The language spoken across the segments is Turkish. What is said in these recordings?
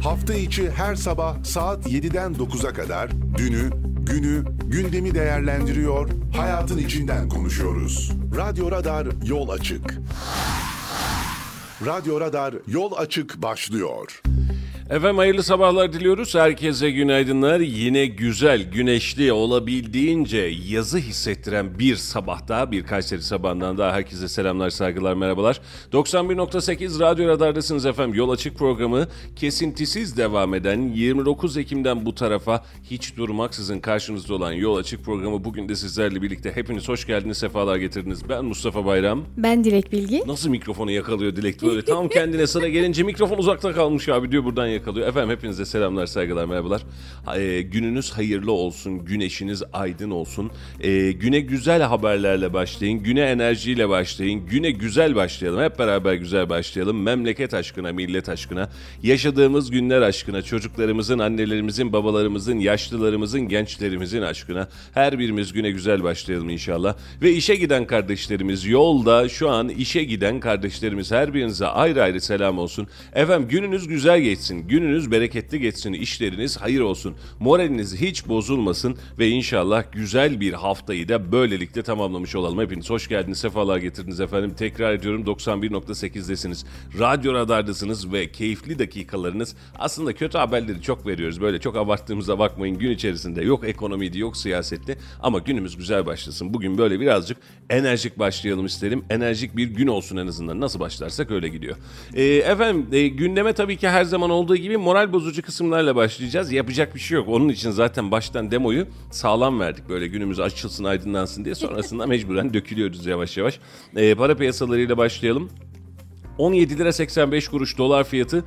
Hafta içi her sabah saat 7'den 9'a kadar dünü, günü, gündemi değerlendiriyor, hayatın içinden konuşuyoruz. Radyo Radar Yol Açık. Radyo Radar Yol Açık başlıyor. Efendim hayırlı sabahlar diliyoruz. Herkese günaydınlar. Yine güzel, güneşli, olabildiğince yazı hissettiren bir sabahta, bir Kayseri sabahından daha herkese selamlar, saygılar, merhabalar. 91.8 Radyo Radar'dasınız efendim. Yol Açık programı kesintisiz devam eden 29 Ekim'den bu tarafa hiç durmaksızın karşınızda olan Yol Açık programı bugün de sizlerle birlikte. Hepiniz hoş geldiniz, sefalar getirdiniz. Ben Mustafa Bayram. Ben Dilek Bilgi. Nasıl mikrofonu yakalıyor Dilek böyle tam kendine sıra gelince mikrofon uzakta kalmış abi diyor, buradan yakalıyor. Efendim hepinize selamlar, saygılar, merhabalar. Gününüz hayırlı olsun, güneşiniz aydın olsun. Güne güzel haberlerle başlayın, güne enerjiyle başlayın, güne güzel başlayalım. Hep beraber güzel başlayalım. Memleket aşkına, millet aşkına, yaşadığımız günler aşkına, çocuklarımızın, annelerimizin, babalarımızın, yaşlılarımızın, gençlerimizin aşkına her birimiz güne güzel başlayalım inşallah. Ve işe giden kardeşlerimiz, yolda şu an işe giden kardeşlerimiz, her birinize ayrı ayrı selam olsun. Efendim gününüz güzel geçsin, gününüz bereketli geçsin, işleriniz hayır olsun, moraliniz hiç bozulmasın ve inşallah güzel bir haftayı da böylelikle tamamlamış olalım. Hepiniz hoş geldiniz, sefalar getirdiniz efendim. Tekrar ediyorum, 91.8'desiniz. Radyo Radar'dasınız ve keyifli dakikalarınız, aslında kötü haberleri çok veriyoruz. Böyle çok abarttığımıza bakmayın gün içerisinde. Yok ekonomiydi, yok siyasetti ama günümüz güzel başlasın. Bugün böyle birazcık enerjik başlayalım isterim. Enerjik bir gün olsun en azından. Nasıl başlarsak öyle gidiyor. Efendim gündeme tabii ki her zaman olduğu gibi moral bozucu kısımlarla başlayacağız. Yapacak bir şey yok. Onun için zaten baştan demoyu sağlam verdik. Böyle günümüz açılsın, aydınlansın diye. Sonrasında mecburen dökülüyoruz yavaş yavaş. Para piyasalarıyla başlayalım. 17 lira 85 kuruş dolar fiyatı,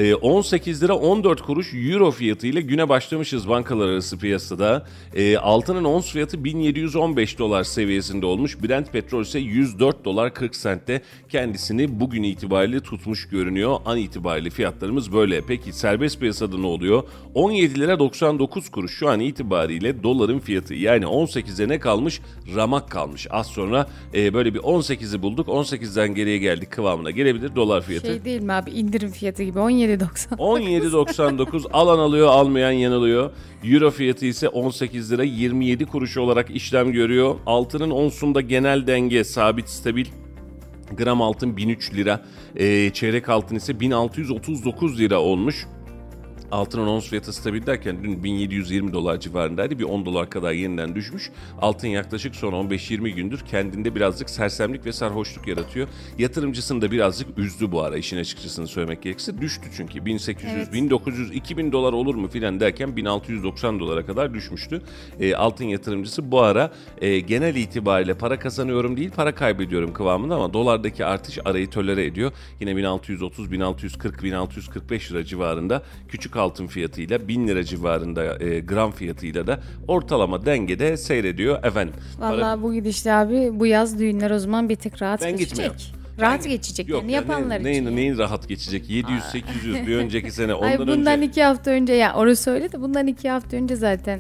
18 lira 14 kuruş euro fiyatı ile güne başlamışız bankalar arası piyasada. Altının ons fiyatı 1715 dolar seviyesinde olmuş. Brent petrol ise 104 dolar 40 sentte kendisini bugün itibariyle tutmuş görünüyor. An itibariyle fiyatlarımız böyle. Peki serbest piyasada ne oluyor? 17 lira 99 kuruş şu an itibariyle doların fiyatı. Yani 18'e ne kalmış? Ramak kalmış. Az sonra böyle bir 18'i bulduk. 18'den geriye geldik kıvamına gelebilir dolar fiyatı. Şey değil mi abi, indirim fiyatı gibi 17.99. 17.99 alan alıyor, almayan yanılıyor. Euro fiyatı ise 18 lira 27 kuruş olarak işlem görüyor. Altının onsunda genel denge sabit, stabil. Gram altın 1003 lira. Çeyrek altın ise 1639 lira olmuş. Altının ons fiyatı stabil derken dün 1720 dolar civarındaydı. Bir 10 dolar kadar yeniden düşmüş. Altın yaklaşık son 15-20 gündür kendinde birazcık sersemlik ve sarhoşluk yaratıyor. Yatırımcısını da birazcık üzdü bu ara, işin açıkçasını söylemek gerekirse. Düştü çünkü 1800, evet. 1900, 2000 dolar olur mu filan derken 1690 dolara kadar düşmüştü. Altın yatırımcısı bu ara genel itibariyle para kazanıyorum değil, para kaybediyorum kıvamında ama dolardaki artış arayı tolere ediyor. Yine 1630, 1640, 1645 lira civarında küçük altın fiyatıyla 1000 lira civarında gram fiyatıyla da ortalama dengede seyrediyor efendim. Vallahi bu gidişle abi bu yaz düğünler o zaman bir tık rahat geçecek. Gitmiyorum. Rahat geçecek yok, yani yapanlar için. Neyin rahat geçecek? 700-800 bir önceki sene ondan Ay bundan önce. 2 hafta önce ya orası öyle de bundan 2 hafta önce zaten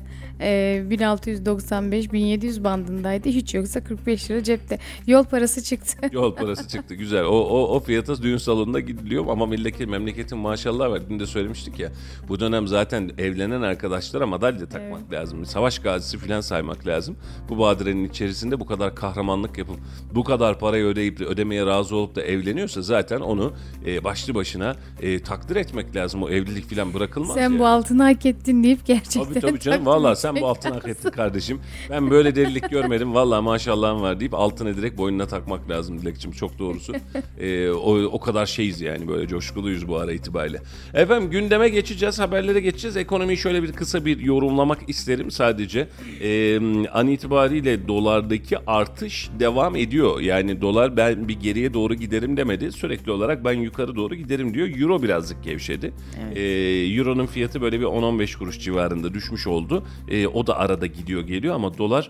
1695-1700 bandındaydı. Hiç yoksa 45 lira cepte. Yol parası çıktı. Yol parası çıktı, güzel. O fiyata düğün salonunda gidiliyor ama memleketin maşallah var. Dün de söylemiştik ya. Bu dönem zaten evlenen arkadaşlara madalya takmak lazım. Savaş gazisi falan saymak lazım. Bu badirenin içerisinde bu kadar kahramanlık yapıp bu kadar parayı ödeyip de ödemeye razı olup da evleniyorsa zaten onu başlı başına takdir etmek lazım. O evlilik falan bırakılmaz. Sen yani. Bu altını hak ettin deyip gerçekten. Tabii canım, vallahi sen bu altını hak ettin kardeşim. Ben böyle delilik görmedim. Vallahi maşallahım var deyip altını direkt boynuna takmak lazım Dilekçim. Çok doğrusu. O kadar şeyiz yani, böyle coşkuluyuz bu ara itibariyle. Efendim gündeme geçeceğiz, haberlere geçeceğiz. Ekonomiyi şöyle bir kısa bir yorumlamak isterim sadece. An itibariyle dolardaki artış devam ediyor. Yani dolar ben bir geriye doğru giderim demedi. Sürekli olarak ben yukarı doğru giderim diyor. Euro birazcık gevşedi. Evet. Euro'nun fiyatı böyle bir 10-15 kuruş civarında düşmüş oldu. O da arada gidiyor geliyor ama dolar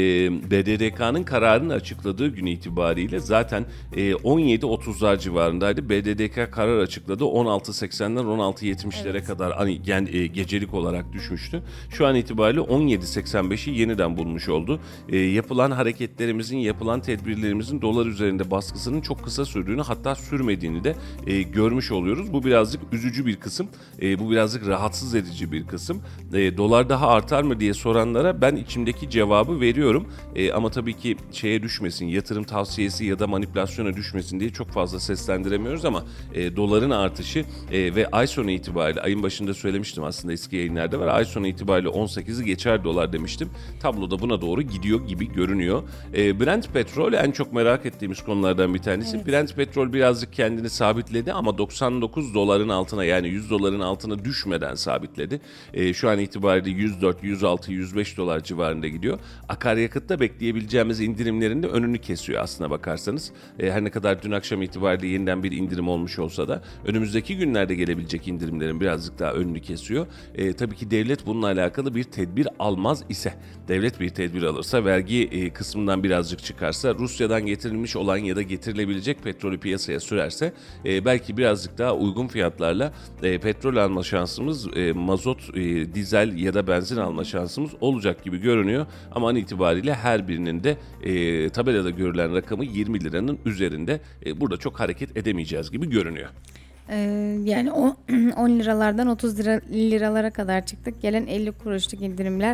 BDDK'nın kararını açıkladığı gün itibariyle zaten 17.30'lar civarındaydı. BDDK karar açıkladı. 16.80'ler 16.70'lere kadar hani gecelik olarak düşmüştü. Şu an itibariyle 17.85'i yeniden bulmuş oldu. Yapılan hareketlerimizin, yapılan tedbirlerimizin dolar üzerinde baskısının çok kısa sürdüğünü, hatta sürmediğini de görmüş oluyoruz. Bu birazcık üzücü bir kısım. Bu birazcık rahatsız edici bir kısım. Dolar daha artar mı diye soranlara ben içimdeki cevabı veriyorum. Ama tabii ki şeye düşmesin, yatırım tavsiyesi ya da manipülasyona düşmesin diye çok fazla seslendiremiyoruz ama doların artışı ve ay sonu itibariyle, ayın başında söylemiştim aslında, eski yayınlarda var. Ay sonu itibariyle 18'i geçer dolar demiştim. Tabloda buna doğru gidiyor gibi görünüyor. Brent petrol en çok merak ettiğimiz konulardan bir tanesi. Evet. Brent petrol birazcık kendini sabitledi ama 99 doların altına, yani 100 doların altına düşmeden sabitledi. Şu an itibariyle 104, 106, 105 dolar civarında gidiyor. Akaryakıtta bekleyebileceğimiz indirimlerin de önünü kesiyor aslına bakarsanız. Her ne kadar dün akşam itibariyle yeniden bir indirim olmuş olsa da önümüzdeki günlerde gelebilecek indirimlerin birazcık daha önünü kesiyor. Tabii ki devlet bununla alakalı bir tedbir almaz ise, devlet bir tedbir alırsa, vergi kısmından birazcık çıkarsa, Rusya'dan getirilmiş olan ya da getirilebilecek petrolü piyasaya sürerse belki birazcık daha uygun fiyatlarla petrol alma şansımız, mazot, dizel ya da benzin alma şansımız olacak gibi görünüyor. Ama an itibariyle her birinin de tabelada görülen rakamı 20 liranın üzerinde. Burada çok hareket edemeyeceğiz gibi görünüyor. Yani 10 liralardan 30 liralara kadar çıktık. Gelen 50 kuruşluk indirimler,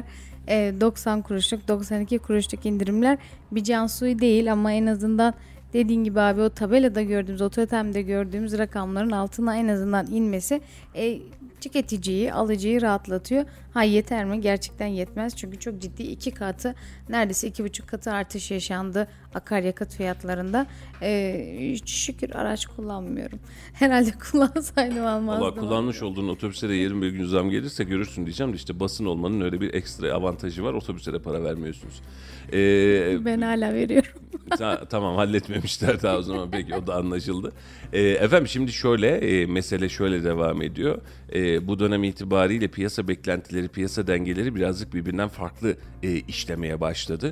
90 kuruşluk, 92 kuruşluk indirimler bir can suyu değil ama en azından dediğin gibi abi, o tabelada gördüğümüz, o totemde gördüğümüz rakamların altına en azından inmesi tüketiciyi, alıcıyı rahatlatıyor. Ha, yeter mi? Gerçekten yetmez. Çünkü çok ciddi 2 katı, neredeyse 2,5 katı artış yaşandı akaryakıt fiyatlarında. Şükür araç kullanmıyorum. Herhalde kullansaydım almazdım. Valla kullanmış olduğun otobüse de yarın bir gün zam gelirse görürsün diyeceğim de, işte basın olmanın öyle bir ekstra avantajı var. Otobüse de para vermiyorsunuz. Ben hala veriyorum. Tamam, halletmemişler daha o zaman. Peki, o da anlaşıldı. Efendim şimdi şöyle, mesele şöyle devam ediyor. Bu dönem itibariyle piyasa beklentileri, piyasa dengeleri birazcık birbirinden farklı işlemeye başladı.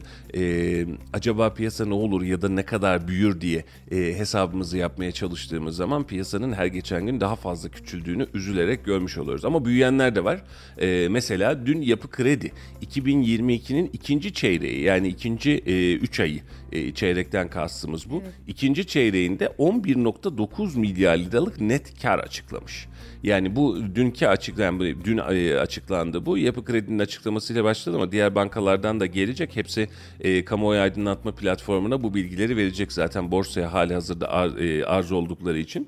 Acaba piyasa ne olur ya da ne kadar büyür diye hesabımızı yapmaya çalıştığımız zaman piyasanın her geçen gün daha fazla küçüldüğünü üzülerek görmüş oluyoruz. Ama büyüyenler de var. Mesela dün Yapı Kredi 2022'nin ikinci çeyreği, yani ikinci 3 ayı, çeyrekten kastımız bu. Evet. İkinci çeyreğinde 11.9 milyar liralık net kar açıklamış. Yani bu dünkü dün açıklandı bu. Yapı Kredi'nin açıklamasıyla başladı ama diğer bankalardan da gelecek. Hepsi kamuoyu aydınlatma platformuna bu bilgileri verecek zaten, borsaya hali hazırda arz oldukları için.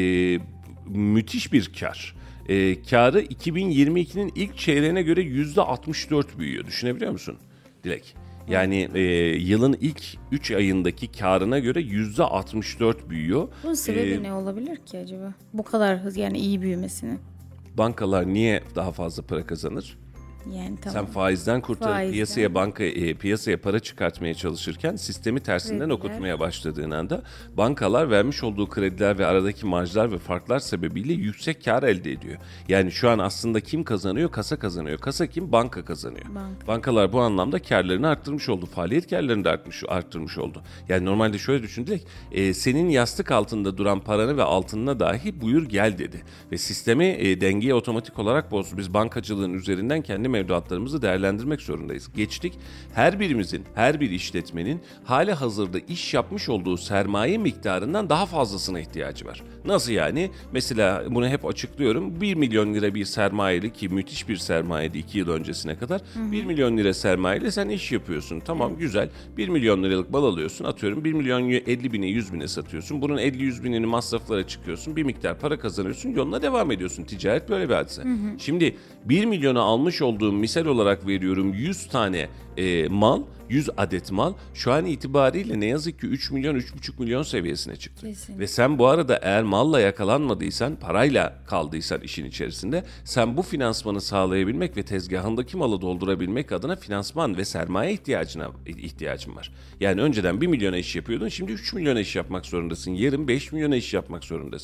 Müthiş bir kar. Karı 2022'nin ilk çeyreğine göre %64 büyüyor. Düşünebiliyor musun Dilek? Yani yılın ilk 3 ayındaki karına göre %64 büyüyor. Bunun sebebi ne olabilir ki acaba? Bu kadar hızlı, yani iyi büyümesini. Bankalar niye daha fazla para kazanır? Yani tamam. Sen faizden kurtarıp piyasaya para çıkartmaya çalışırken sistemi tersinden okutmaya başladığın anda bankalar vermiş olduğu krediler ve aradaki marjlar ve farklar sebebiyle yüksek kar elde ediyor. Yani şu an aslında kim kazanıyor? Kasa kazanıyor. Kasa kim? Banka kazanıyor. Bankalar bu anlamda karlarını arttırmış oldu. Faaliyet karlarını da arttırmış oldu. Yani normalde şöyle düşündük. Senin yastık altında duran paranı ve altınına dahi buyur gel dedi. Ve sistemi dengeye otomatik olarak bozdu. Biz bankacılığın üzerinden kendi mevduatlarımızı değerlendirmek zorundayız. Geçtik. Her bir işletmenin hali hazırda iş yapmış olduğu sermaye miktarından daha fazlasına ihtiyacı var. Nasıl yani? Mesela bunu hep açıklıyorum. 1 milyon lira bir sermayeli, ki müthiş bir sermayeydi 2 yıl öncesine kadar. 1 milyon lira sermayeyle sen iş yapıyorsun. Tamam, güzel. 1 milyon liralık mal alıyorsun. Atıyorum 1 milyon 50 bine 100 bine satıyorsun. Bunun 50-100 binini masraflara çıkıyorsun. Bir miktar para kazanıyorsun. Yoluna devam ediyorsun. Ticaret böyle bir hadise. Şimdi 1 milyona almış olduğum, misal olarak veriyorum, 100 tane mal, 100 adet mal şu an itibariyle ne yazık ki 3 milyon, 3,5 milyon seviyesine çıktı. Kesinlikle. Ve sen bu arada eğer malla yakalanmadıysan, parayla kaldıysan işin içerisinde, sen bu finansmanı sağlayabilmek ve tezgahındaki malı doldurabilmek adına finansman ve sermaye ihtiyacın var. Yani önceden 1 milyona iş yapıyordun, şimdi 3 milyona iş yapmak zorundasın. Yarın 5 milyona iş yapmak zorundasın.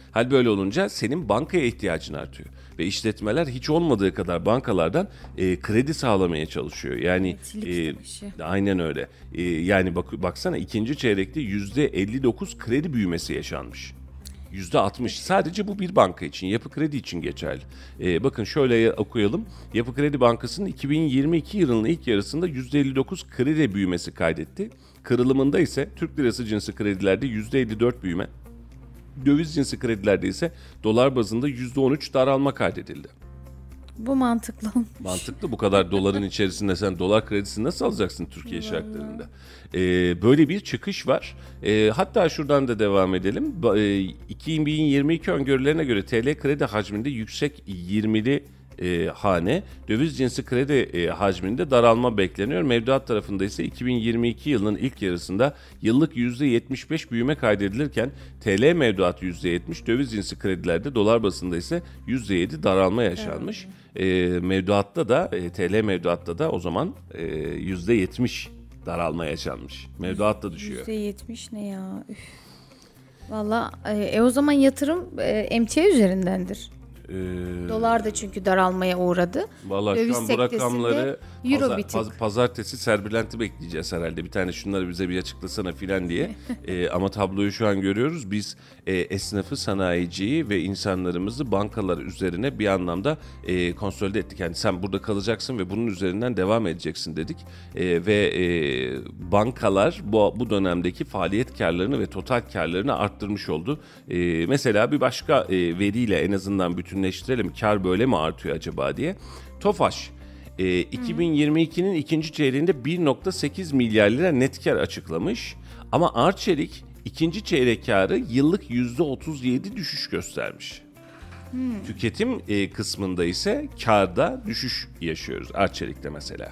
Hal böyle olunca senin bankaya ihtiyacın artıyor. Ve işletmeler hiç olmadığı kadar bankalardan kredi sağlamaya çalışıyor. Yani aynen öyle. Yani baksana ikinci çeyrekte %59 kredi büyümesi yaşanmış. %60 sadece bu bir banka için, Yapı Kredi için geçerli. Bakın şöyle okuyalım. Yapı Kredi Bankası'nın 2022 yılının ilk yarısında %59 kredi büyümesi kaydetti. Kırılımında ise Türk lirası cinsi kredilerde %54 büyüme, döviz cinsi kredilerde ise dolar bazında %13 daralma kaydedildi. Bu mantıklı olmuş. Mantıklı, bu kadar doların içerisinde sen dolar kredisini nasıl alacaksın Türkiye şartlarında? Böyle bir çıkış var. Hatta şuradan da devam edelim. 2022 öngörülerine göre TL kredi hacminde yüksek 20'li hane, döviz cinsi kredi hacminde daralma bekleniyor. Mevduat tarafında ise 2022 yılının ilk yarısında yıllık %75 büyüme kaydedilirken TL mevduat %70, döviz cinsi kredilerde dolar bazında ise %7 daralma yaşanmış. Mevduatta da TL mevduatta da o zaman %70 daralma yaşanmış. Mevduat da düşüyor. %70 ne ya? Üf. Valla o zaman yatırım emtia üzerindendir. Dolar da çünkü daralmaya uğradı. Vallahi şu an bu rakamları Euro pazartesi Serbülent'i bekleyeceğiz herhalde. Bir tane şunları bize bir açıklasana filan diye. Ama tabloyu şu an görüyoruz. Biz esnafı, sanayiciyi ve insanlarımızı bankalar üzerine bir anlamda konsolide ettik. Yani sen burada kalacaksın ve bunun üzerinden devam edeceksin dedik. Ve bankalar bu dönemdeki faaliyet karlarını ve total karlarını arttırmış oldu. Mesela bir başka veriyle en azından bütünleştirelim. Kar böyle mi artıyor acaba diye. TOFAŞ 2022'nin ikinci çeyreğinde 1.8 milyar lira net kar açıklamış. Ama Arçelik ikinci çeyrek karı yıllık %37 düşüş göstermiş. Tüketim kısmında ise karda düşüş yaşıyoruz Arçelik'te mesela.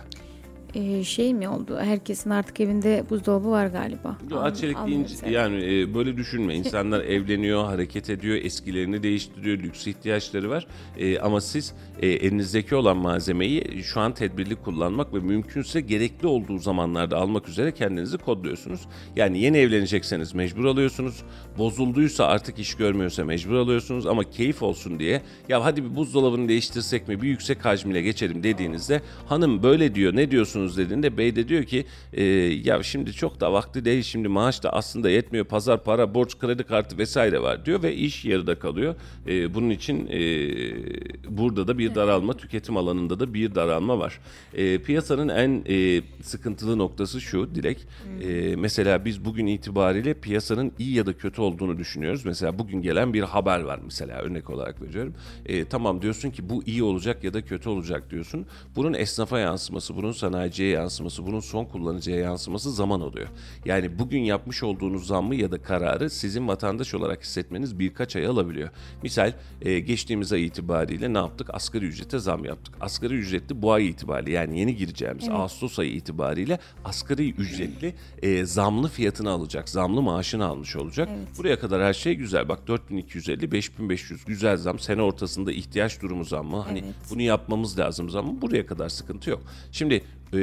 Şey mi oldu? Herkesin artık evinde buzdolabı var galiba. Arçelik deyince yani böyle düşünme. İnsanlar evleniyor, hareket ediyor, eskilerini değiştiriyor, lüks ihtiyaçları var. Ama siz elinizdeki olan malzemeyi şu an tedbirli kullanmak ve mümkünse gerekli olduğu zamanlarda almak üzere kendinizi kodluyorsunuz. Yani yeni evlenecekseniz mecbur alıyorsunuz. Bozulduysa, artık iş görmüyorsa mecbur alıyorsunuz. Ama keyif olsun diye ya hadi bir buzdolabını değiştirsek mi, bir yüksek hacmiyle geçelim dediğinizde hanım böyle diyor, ne diyorsunuz dediğinde bey de diyor ki ya şimdi çok da vakti değil, şimdi maaş da aslında yetmiyor, pazar, para, borç, kredi kartı vesaire var diyor ve iş yarıda kalıyor. Bunun için burada da bir daralma, tüketim alanında da bir daralma var. Piyasanın en sıkıntılı noktası şu Dilek. Mesela biz bugün itibariyle piyasanın iyi ya da kötü olduğunu düşünüyoruz. Mesela bugün gelen bir haber var, mesela örnek olarak veriyorum. Tamam diyorsun ki bu iyi olacak ya da kötü olacak diyorsun. Bunun esnafa yansıması, bunun sanayiciye yansıması, bunun son kullanıcıya yansıması zaman oluyor. Yani bugün yapmış olduğunuz zammı ya da kararı sizin vatandaş olarak hissetmeniz birkaç ay alabiliyor. Misal geçtiğimiz ay itibariyle ne yaptık? Asgari ücrete zam yaptık. Asgari ücretli bu ay itibariyle, yani yeni gireceğimiz Ağustos ayı itibariyle asgari ücretli zamlı fiyatını alacak. Zamlı maaşını almış olacak. Evet. Buraya kadar her şey güzel. Bak 4250, 5500 güzel zam. Sene ortasında ihtiyaç durumu zammı. Hani bunu yapmamız lazım zammı. Buraya kadar sıkıntı yok. Şimdi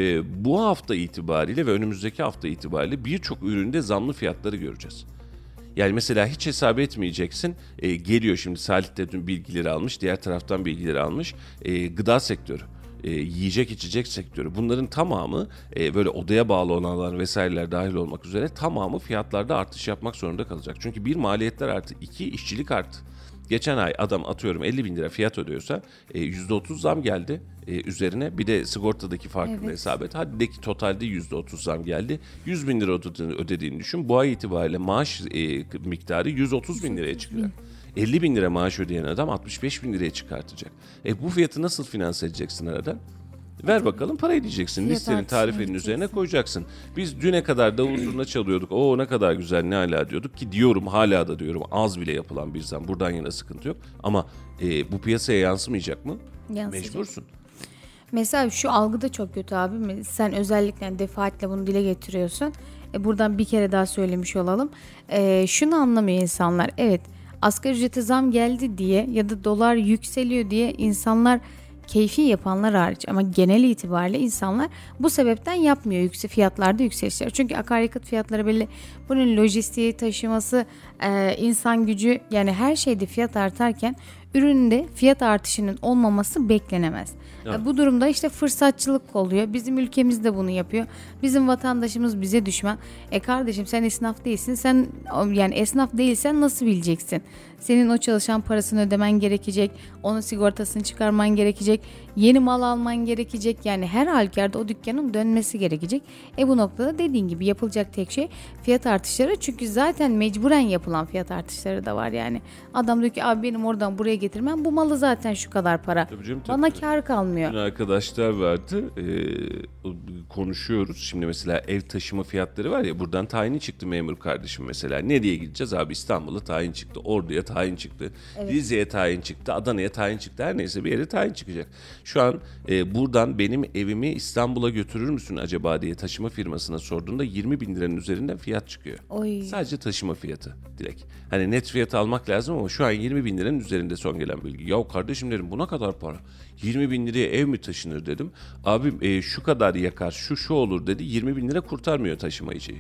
bu hafta itibariyle ve önümüzdeki hafta itibariyle birçok üründe zamlı fiyatları göreceğiz. Yani mesela hiç hesap etmeyeceksin. Geliyor şimdi Salih de dün bilgileri almış. Diğer taraftan bilgileri almış. Gıda sektörü. Yiyecek içecek sektörü, bunların tamamı böyle odaya bağlı olanlar vesaireler dahil olmak üzere tamamı fiyatlarda artış yapmak zorunda kalacak. Çünkü bir, maliyetler arttı, iki, işçilik arttı. Geçen ay adam atıyorum 50 bin lira fiyat ödüyorsa %30 zam geldi üzerine, bir de sigortadaki farkını hesap et. Hadi de ki totalde %30 zam geldi. 100 bin lira ödediğini düşün. Bu ay itibariyle maaş miktarı 130 bin liraya çıkıyor. 50 bin lira maaş ödeyen adam 65 bin liraya çıkartacak. Bu fiyatı nasıl finanse edeceksin aradan? Ver bakalım parayı diyeceksin. Listenin, tarifenin üzerine koyacaksın. Biz düne kadar davul zurna çalıyorduk. O ne kadar güzel, ne hala diyorduk ki diyorum, hala da diyorum, az bile yapılan bir zam. Buradan yana sıkıntı yok. Ama bu piyasaya yansımayacak mı? Yansıyacak. Mecbursun. Mesela şu algı da çok kötü abi. Sen özellikle defaatle bunu dile getiriyorsun. Buradan bir kere daha söylemiş olalım. Şunu anlamıyor insanlar. Evet, asgari ücrete zam geldi diye ya da dolar yükseliyor diye insanlar keyfi yapanlar hariç ama genel itibariyle insanlar bu sebepten yapmıyor fiyatlarda yükselişler. Çünkü akaryakıt fiyatları belli. Bunun lojistiği, taşıması, insan gücü, yani her şeyde fiyat artarken üründe fiyat artışının olmaması beklenemez. Evet. Bu durumda işte fırsatçılık oluyor. Bizim ülkemiz de bunu yapıyor. Bizim vatandaşımız bize düşman. Kardeşim sen esnaf değilsin. Sen yani esnaf değilsen nasıl bileceksin? Senin o çalışan parasını ödemen gerekecek. Onun sigortasını çıkarman gerekecek. Yeni mal alman gerekecek. Yani her halükarda o dükkanın dönmesi gerekecek. Bu noktada dediğin gibi yapılacak tek şey fiyat artışları. Çünkü zaten mecburen yapılan fiyat artışları da var yani. Adam diyor ki abi benim oradan buraya getirmem. Bu malı zaten şu kadar para. Tabii. Bana kar kalmıyor. Dün arkadaşlar vardı. Konuşuyoruz. Şimdi mesela ev taşıma fiyatları var ya, buradan tayini çıktı memur kardeşim mesela. Nereye gideceğiz abi? İstanbul'a tayin çıktı. Ordu'ya tayin çıktı. Evet. Rize'ye tayin çıktı. Adana'ya tayin çıktı. Her neyse bir yere tayin çıkacak. Şu an buradan benim evimi İstanbul'a götürür müsün acaba diye taşıma firmasına sorduğunda 20 bin liranın üzerinden fiyat çıkıyor. Oy. Sadece taşıma fiyatı direkt. Hani net fiyatı almak lazım ama şu an 20 bin liranın üzerinde son gelen bilgi. Ya kardeşim dedim, bu ne kadar para? 20 bin liraya ev mi taşınır dedim. Abi şu kadar yakar, şu olur dedi. 20 bin lira kurtarmıyor taşımayıcıyı.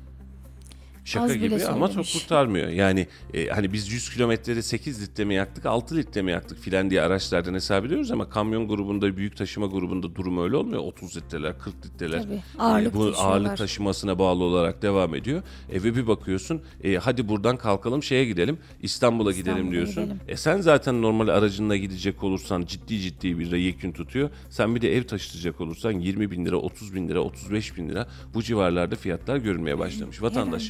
Şaka Az bile gibi ama çok söylemiş. kurtarmıyor. Yani hani biz 100 kilometrede 8 litre mi yaktık, 6 litre mi yaktık filan diye araçlardan hesap ediyoruz ama kamyon grubunda, büyük taşıma grubunda durum öyle olmuyor. 30 litreler, 40 litreler. Tabii, ağırlık bu taşıyorlar. ağırlık taşımasına bağlı olarak devam ediyor. Ve bir bakıyorsun hadi buradan kalkalım şeye gidelim, İstanbul'a gidelim diyorsun. gidelim. Sen zaten normal aracınla gidecek olursan ciddi bir yekün tutuyor. Sen bir de ev taşıyacak olursan 20 bin lira, 30 bin lira, 35 bin lira bu civarlarda fiyatlar görünmeye başlamış. Vatandaş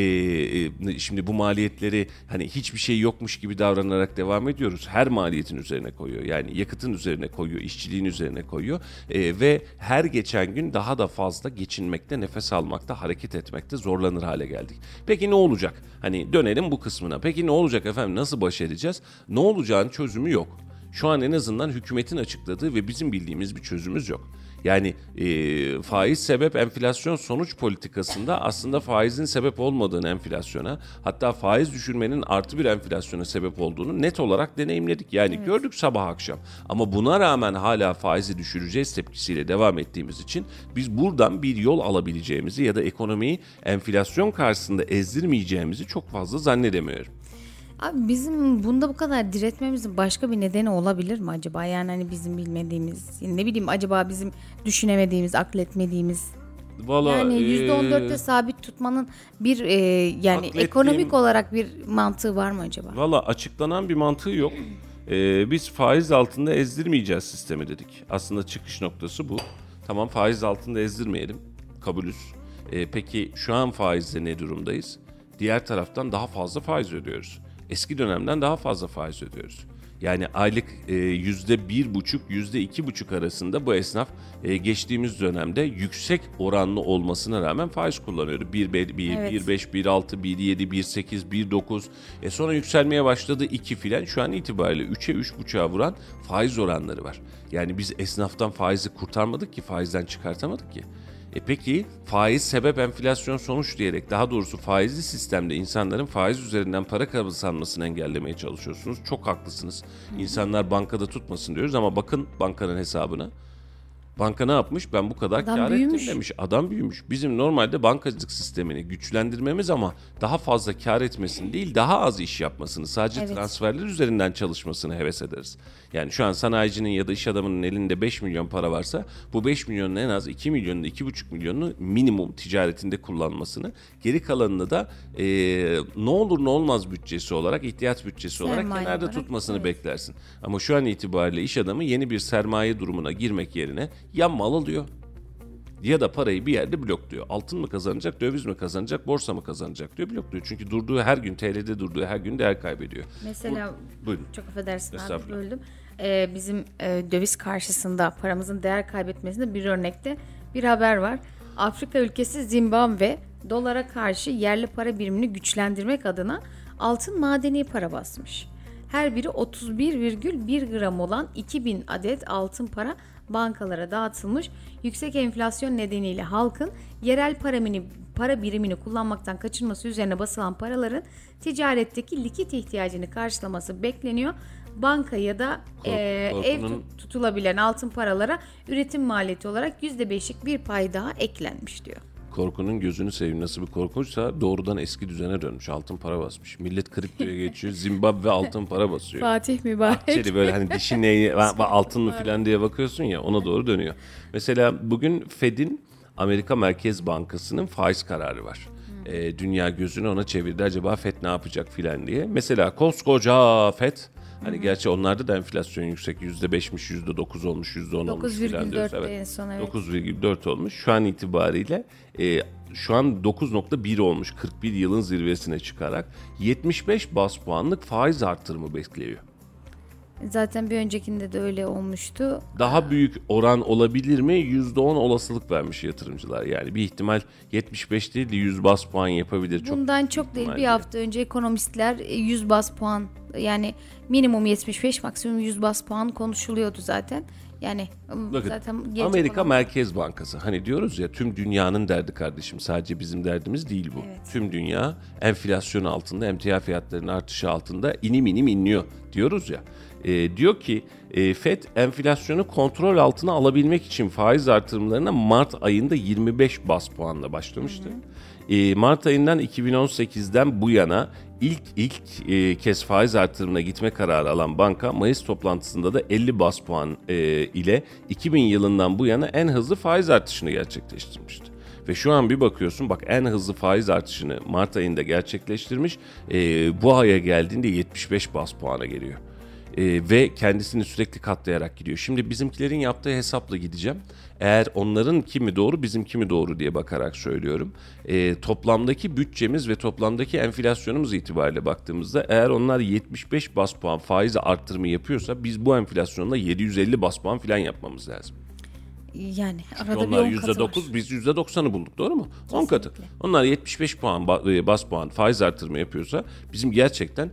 şimdi bu maliyetleri hani hiçbir şey yokmuş gibi davranarak devam ediyoruz. Her maliyetin üzerine koyuyor. Yani yakıtın üzerine koyuyor, işçiliğin üzerine koyuyor. Ve her geçen gün daha da fazla geçinmekte, nefes almakta, hareket etmekte zorlanır hale geldik. Peki ne olacak? Hani dönelim bu kısmına. Peki ne olacak efendim? Nasıl baş edeceğiz? Ne olacağının çözümü yok. Şu an en azından hükümetin açıkladığı ve bizim bildiğimiz bir çözümümüz yok. Yani faiz sebep enflasyon sonuç politikasında aslında faizin sebep olmadığını enflasyona, hatta faiz düşürmenin artı bir enflasyona sebep olduğunu net olarak deneyimledik. Yani gördük sabah akşam. Ama buna rağmen hala faizi düşüreceğiz tepkisiyle devam ettiğimiz için biz buradan bir yol alabileceğimizi ya da ekonomiyi enflasyon karşısında ezdirmeyeceğimizi çok fazla zannedemiyorum. Abi bizim bunda bu kadar diretmemizin başka bir nedeni olabilir mi acaba? Yani hani bizim bilmediğimiz, ne bileyim acaba bizim düşünemediğimiz, akletmediğimiz. Vallahi, Yani %14'te sabit tutmanın bir yani aklettiğim- ekonomik olarak bir mantığı var mı acaba? Valla açıklanan bir mantığı yok. Biz faiz altında ezdirmeyeceğiz sistemi dedik. Aslında çıkış noktası bu. Tamam, faiz altında ezdirmeyelim. Kabulüz. Peki şu an faizde ne durumdayız? Diğer taraftan daha fazla faiz ödüyoruz. Eski dönemden daha fazla faiz ödüyoruz. Yani aylık %1,5, %2,5 arasında bu esnaf geçtiğimiz dönemde yüksek oranlı olmasına rağmen faiz kullanıyordu. 1,5, 1,6, 1,7, 1,8, 1,9. Sonra yükselmeye başladı 2 filan. Şu an itibariyle 3'e 3,5'a vuran faiz oranları var. Yani biz esnaftan faizi kurtarmadık ki, faizden çıkartamadık ki. Peki faiz sebep enflasyon sonuç diyerek, daha doğrusu faizli sistemde insanların faiz üzerinden para kazanmasını engellemeye çalışıyorsunuz. Çok haklısınız. İnsanlar bankada tutmasın diyoruz ama bakın bankanın hesabına. Banka ne yapmış? Ben bu kadar Adam kar büyümüş. ettim demiş. Adam büyümüş. Bizim normalde bankacılık sistemini güçlendirmemiz ama daha fazla kar etmesini değil, daha az iş yapmasını, sadece transferler üzerinden çalışmasını heves ederiz. Yani şu an sanayicinin ya da iş adamının elinde 5 milyon para varsa bu 5 milyonun en az 2 milyonunu, 2,5 milyonunu minimum ticaretinde kullanmasını, geri kalanını da ne olur ne olmaz bütçesi olarak, ihtiyaç bütçesi olarak Sermaye kenarda olarak, tutmasını beklersin. Ama şu an itibariyle iş adamı yeni bir sermaye durumuna girmek yerine ya mal alıyor ya da parayı bir yerde blokluyor. Altın mı kazanacak, döviz mi kazanacak, borsa mı kazanacak diyor, blokluyor. Çünkü durduğu her gün, TL'de durduğu her gün değer kaybediyor. Mesela Buyurun. çok affedersin abi, Estağfurullah. böldüm. Bizim döviz karşısında paramızın değer kaybetmesinde bir örnekte bir haber var. Afrika ülkesi Zimbabwe dolara karşı yerli para birimini güçlendirmek adına altın madeni para basmış. Her biri 31,1 gram olan 2000 adet altın para bankalara dağıtılmış. Yüksek enflasyon nedeniyle halkın yerel para birimini kullanmaktan kaçınması üzerine basılan paraların ticaretteki likit ihtiyacını karşılaması bekleniyor. banka ya da ev korkunun- tutulabilen altın paralara üretim maliyeti olarak %5'lik bir pay daha eklenmiş diyor. Korkunun gözünü seveyim, nasıl bir korkunçsa doğrudan eski düzene dönmüş. Altın para basmış. Millet kriptoya geçiyor. Zimbabwe altın para basıyor. Fatih mübarek. Akçeli böyle hani dişi neyi altın mı filan diye bakıyorsun ya, ona doğru dönüyor. Mesela bugün Fed'in, Amerika Merkez Bankası'nın faiz kararı var. Dünya gözünü ona çevirdi, acaba Fed ne yapacak filan diye. Mesela koskoca Fed, hani gerçi onlarda da enflasyon yüksek, %5'miş, %9 olmuş, %10 olmuş filan diyoruz. 9,4'te en son, evet. 9,4 olmuş. Şu an itibariyle şu an 9,1 olmuş 41 yılın zirvesine çıkarak 75 bas puanlık faiz artırımı bekliyor. Zaten bir öncekinde de öyle olmuştu. Daha büyük oran olabilir mi? %10 olasılık vermiş yatırımcılar. Yani bir ihtimal 75 değil de 100 bas puan yapabilir. Bundan çok değil, bir hafta önce ekonomistler 100 bas puan, yani minimum 75 maksimum 100 bas puan konuşuluyordu zaten. Yani Bakın, zaten gelecek Amerika olan- Merkez Bankası, hani diyoruz ya, tüm dünyanın derdi kardeşim, sadece bizim derdimiz değil bu. Evet. Tüm dünya enflasyon altında, emtia fiyatlarının artışı altında inim inim inliyor diyoruz ya. Diyor ki Fed enflasyonu kontrol altına alabilmek için faiz artırımlarına Mart ayında 25 bas puanla başlamıştı. Mart ayından 2018'den bu yana ilk kez faiz artırımına gitme kararı alan banka, Mayıs toplantısında da 50 bas puan ile 2000 yılından bu yana en hızlı faiz artışını gerçekleştirmişti. Ve şu an bir bakıyorsun, bak, en hızlı faiz artışını Mart ayında gerçekleştirmiş, bu aya geldiğinde 75 bas puana geliyor. Ve kendisini sürekli katlayarak gidiyor. Şimdi bizimkilerin yaptığı hesapla gideceğim. Eğer onların kimi doğru, bizim kimi doğru diye bakarak söylüyorum. Toplamdaki bütçemiz ve toplamdaki enflasyonumuz itibariyle baktığımızda, eğer onlar 75 bas puan faiz arttırımı yapıyorsa, biz bu enflasyonla 750 bas puan falan yapmamız lazım. Yani arada bir Onlar 10 katı var. %9, biz %90'ı bulduk, doğru mu? 10 katı. Onlar 75 puan bas puan faiz artırımı yapıyorsa, bizim gerçekten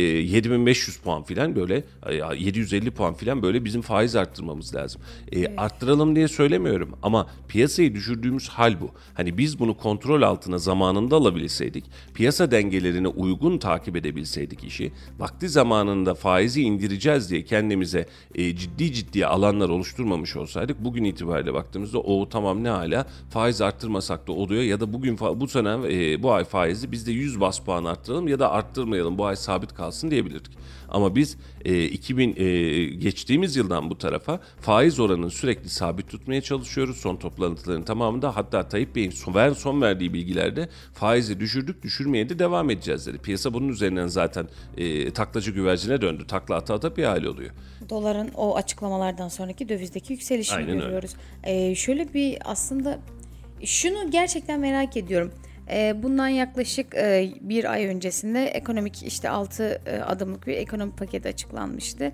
7500 puan filan, böyle 750 puan filan, böyle bizim faiz arttırmamız lazım. Arttıralım diye söylemiyorum ama piyasayı düşürdüğümüz hal bu. Hani biz bunu kontrol altına zamanında alabilseydik, piyasa dengelerine uygun takip edebilseydik işi, vakti zamanında faizi indireceğiz diye kendimize ciddi alanlar oluşturmamış olsaydık, bugün itibariyle baktığımızda o tamam, ne hala faiz arttırmasak da oluyor, ya da bugün bu sene bu ay faizi biz de 100 bas puan arttıralım ya da arttırmayalım, bu ay sabit kalsın diyebilirdik. Ama biz 2000 geçtiğimiz yıldan bu tarafa faiz oranını sürekli sabit tutmaya çalışıyoruz. Son toplantıların tamamında, hatta Tayyip Bey'in son verdiği bilgilerde faizi düşürdük, düşürmeye de devam edeceğiz dedi. Piyasa bunun üzerinden zaten taklacı güvercine döndü. Takla ata bir hali oluyor. Doların o açıklamalardan sonraki dövizdeki yükselişini Aynen öyle. görüyoruz. Şöyle bir, aslında şunu gerçekten merak ediyorum. Bundan yaklaşık bir ay öncesinde ekonomik, işte 6 adımlık bir ekonomik paketi açıklanmıştı.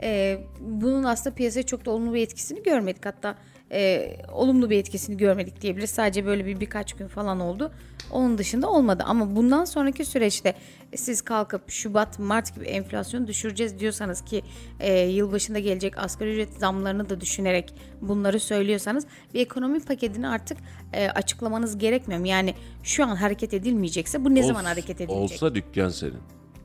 Bunun aslında piyasaya çok da olumlu bir etkisini görmedik. Hatta olumlu bir etkisini görmedik diyebiliriz. Sadece böyle birkaç gün falan oldu. Onun dışında olmadı. Ama bundan sonraki süreçte siz kalkıp Şubat, Mart gibi enflasyonu düşüreceğiz diyorsanız, ki yılbaşında gelecek asgari ücret zamlarını da düşünerek bunları söylüyorsanız, bir ekonomi paketini artık açıklamanız gerekmiyor mu? Yani şu an hareket edilmeyecekse bu ne zaman hareket edilecek? Olsa dükkan senin.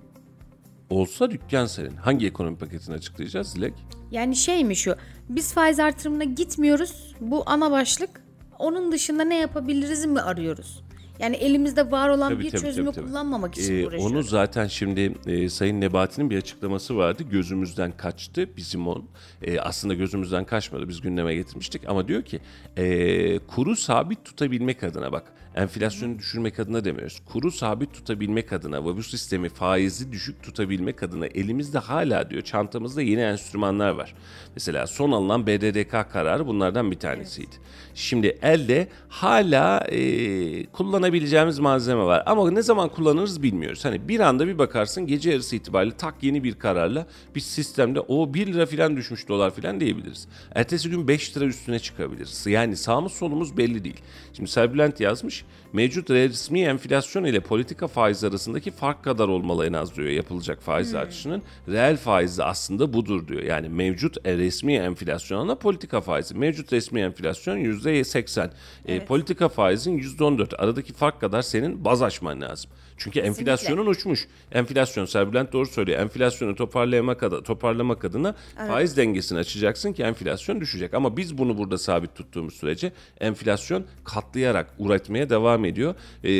Olsa dükkan senin. Hangi ekonomi paketini açıklayacağız Dilek? Yani şey mi şu, biz faiz artırımına gitmiyoruz, bu ana başlık, onun dışında ne yapabiliriz mi arıyoruz? Yani elimizde var olan bir çözümü kullanmamak için uğraşıyoruz. Onu zaten şimdi Sayın Nebati'nin bir açıklaması vardı. Gözümüzden kaçtı bizim on. Aslında gözümüzden kaçmadı. Biz gündeme getirmiştik. Ama diyor ki kuru sabit tutabilmek adına, bak, enflasyonu düşürmek adına demiyoruz. Kuru sabit tutabilmek adına ve bu sistemi, faizi düşük tutabilmek adına elimizde hala, diyor, çantamızda yeni enstrümanlar var. Mesela son alınan BDDK kararı bunlardan bir tanesiydi. Evet. Şimdi elde hala kullanabileceğimiz malzeme var. Ama ne zaman kullanırız bilmiyoruz. Hani bir anda bir bakarsın, gece yarısı itibariyle tak yeni bir kararla bir sistemde o 1 lira falan düşmüş, dolar falan diyebiliriz. Ertesi gün 5 lira üstüne çıkabiliriz. Yani sağımız solumuz belli değil. Şimdi Serbülent yazmış, mevcut resmi enflasyon ile politika faiz arasındaki fark kadar olmalı en az, diyor, yapılacak faiz artışının. Reel faizi aslında budur, diyor. Yani mevcut resmi enflasyonla politika faizi. Mevcut resmi enflasyon %80. Evet. Politika faizin %14. Aradaki fark kadar senin baz açman lazım. Çünkü enflasyonun uçmuş. Enflasyon, Serbülent doğru söylüyor. Enflasyonu toparlamak adına faiz dengesini açacaksın ki enflasyon düşecek. Ama biz bunu burada sabit tuttuğumuz sürece enflasyon katlayarak üretmeye devam ediyor.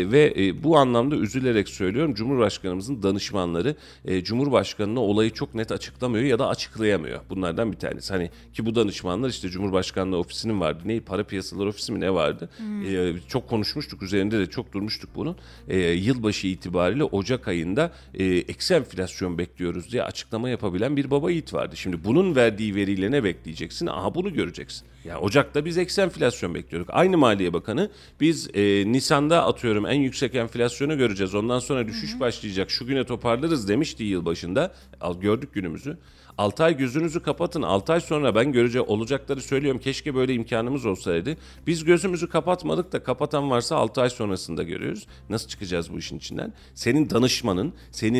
Ve bu anlamda üzülerek söylüyorum, Cumhurbaşkanımızın danışmanları Cumhurbaşkanı'na olayı çok net açıklamıyor ya da açıklayamıyor. Bunlardan bir tanesi. Hani ki bu danışmanlar işte Cumhurbaşkanlığı ofisinin vardı. Para piyasaları ofisi mi ne vardı? Çok konuşmuştuk. Üzerinde de çok durmuştuk bunun. Yılbaşı itibariyle Ocak ayında eksi enflasyon bekliyoruz diye açıklama yapabilen bir baba yiğit vardı. Şimdi bunun verdiği veriyle ne bekleyeceksin? Aha bunu göreceksin. Yani Ocak'ta biz eksi enflasyon bekliyorduk. Aynı Maliye Bakanı biz Nisan'da atıyorum en yüksek enflasyonu göreceğiz. Ondan sonra düşüş başlayacak. Şu güne toparlarız demişti yılbaşında. Gördük günümüzü. 6 ay gözünüzü kapatın. 6 ay sonra ben olacakları söylüyorum. Keşke böyle imkanımız olsaydı. Biz gözümüzü kapatmadık da kapatan varsa 6 ay sonrasında görüyoruz. Nasıl çıkacağız bu işin içinden? Senin danışmanın,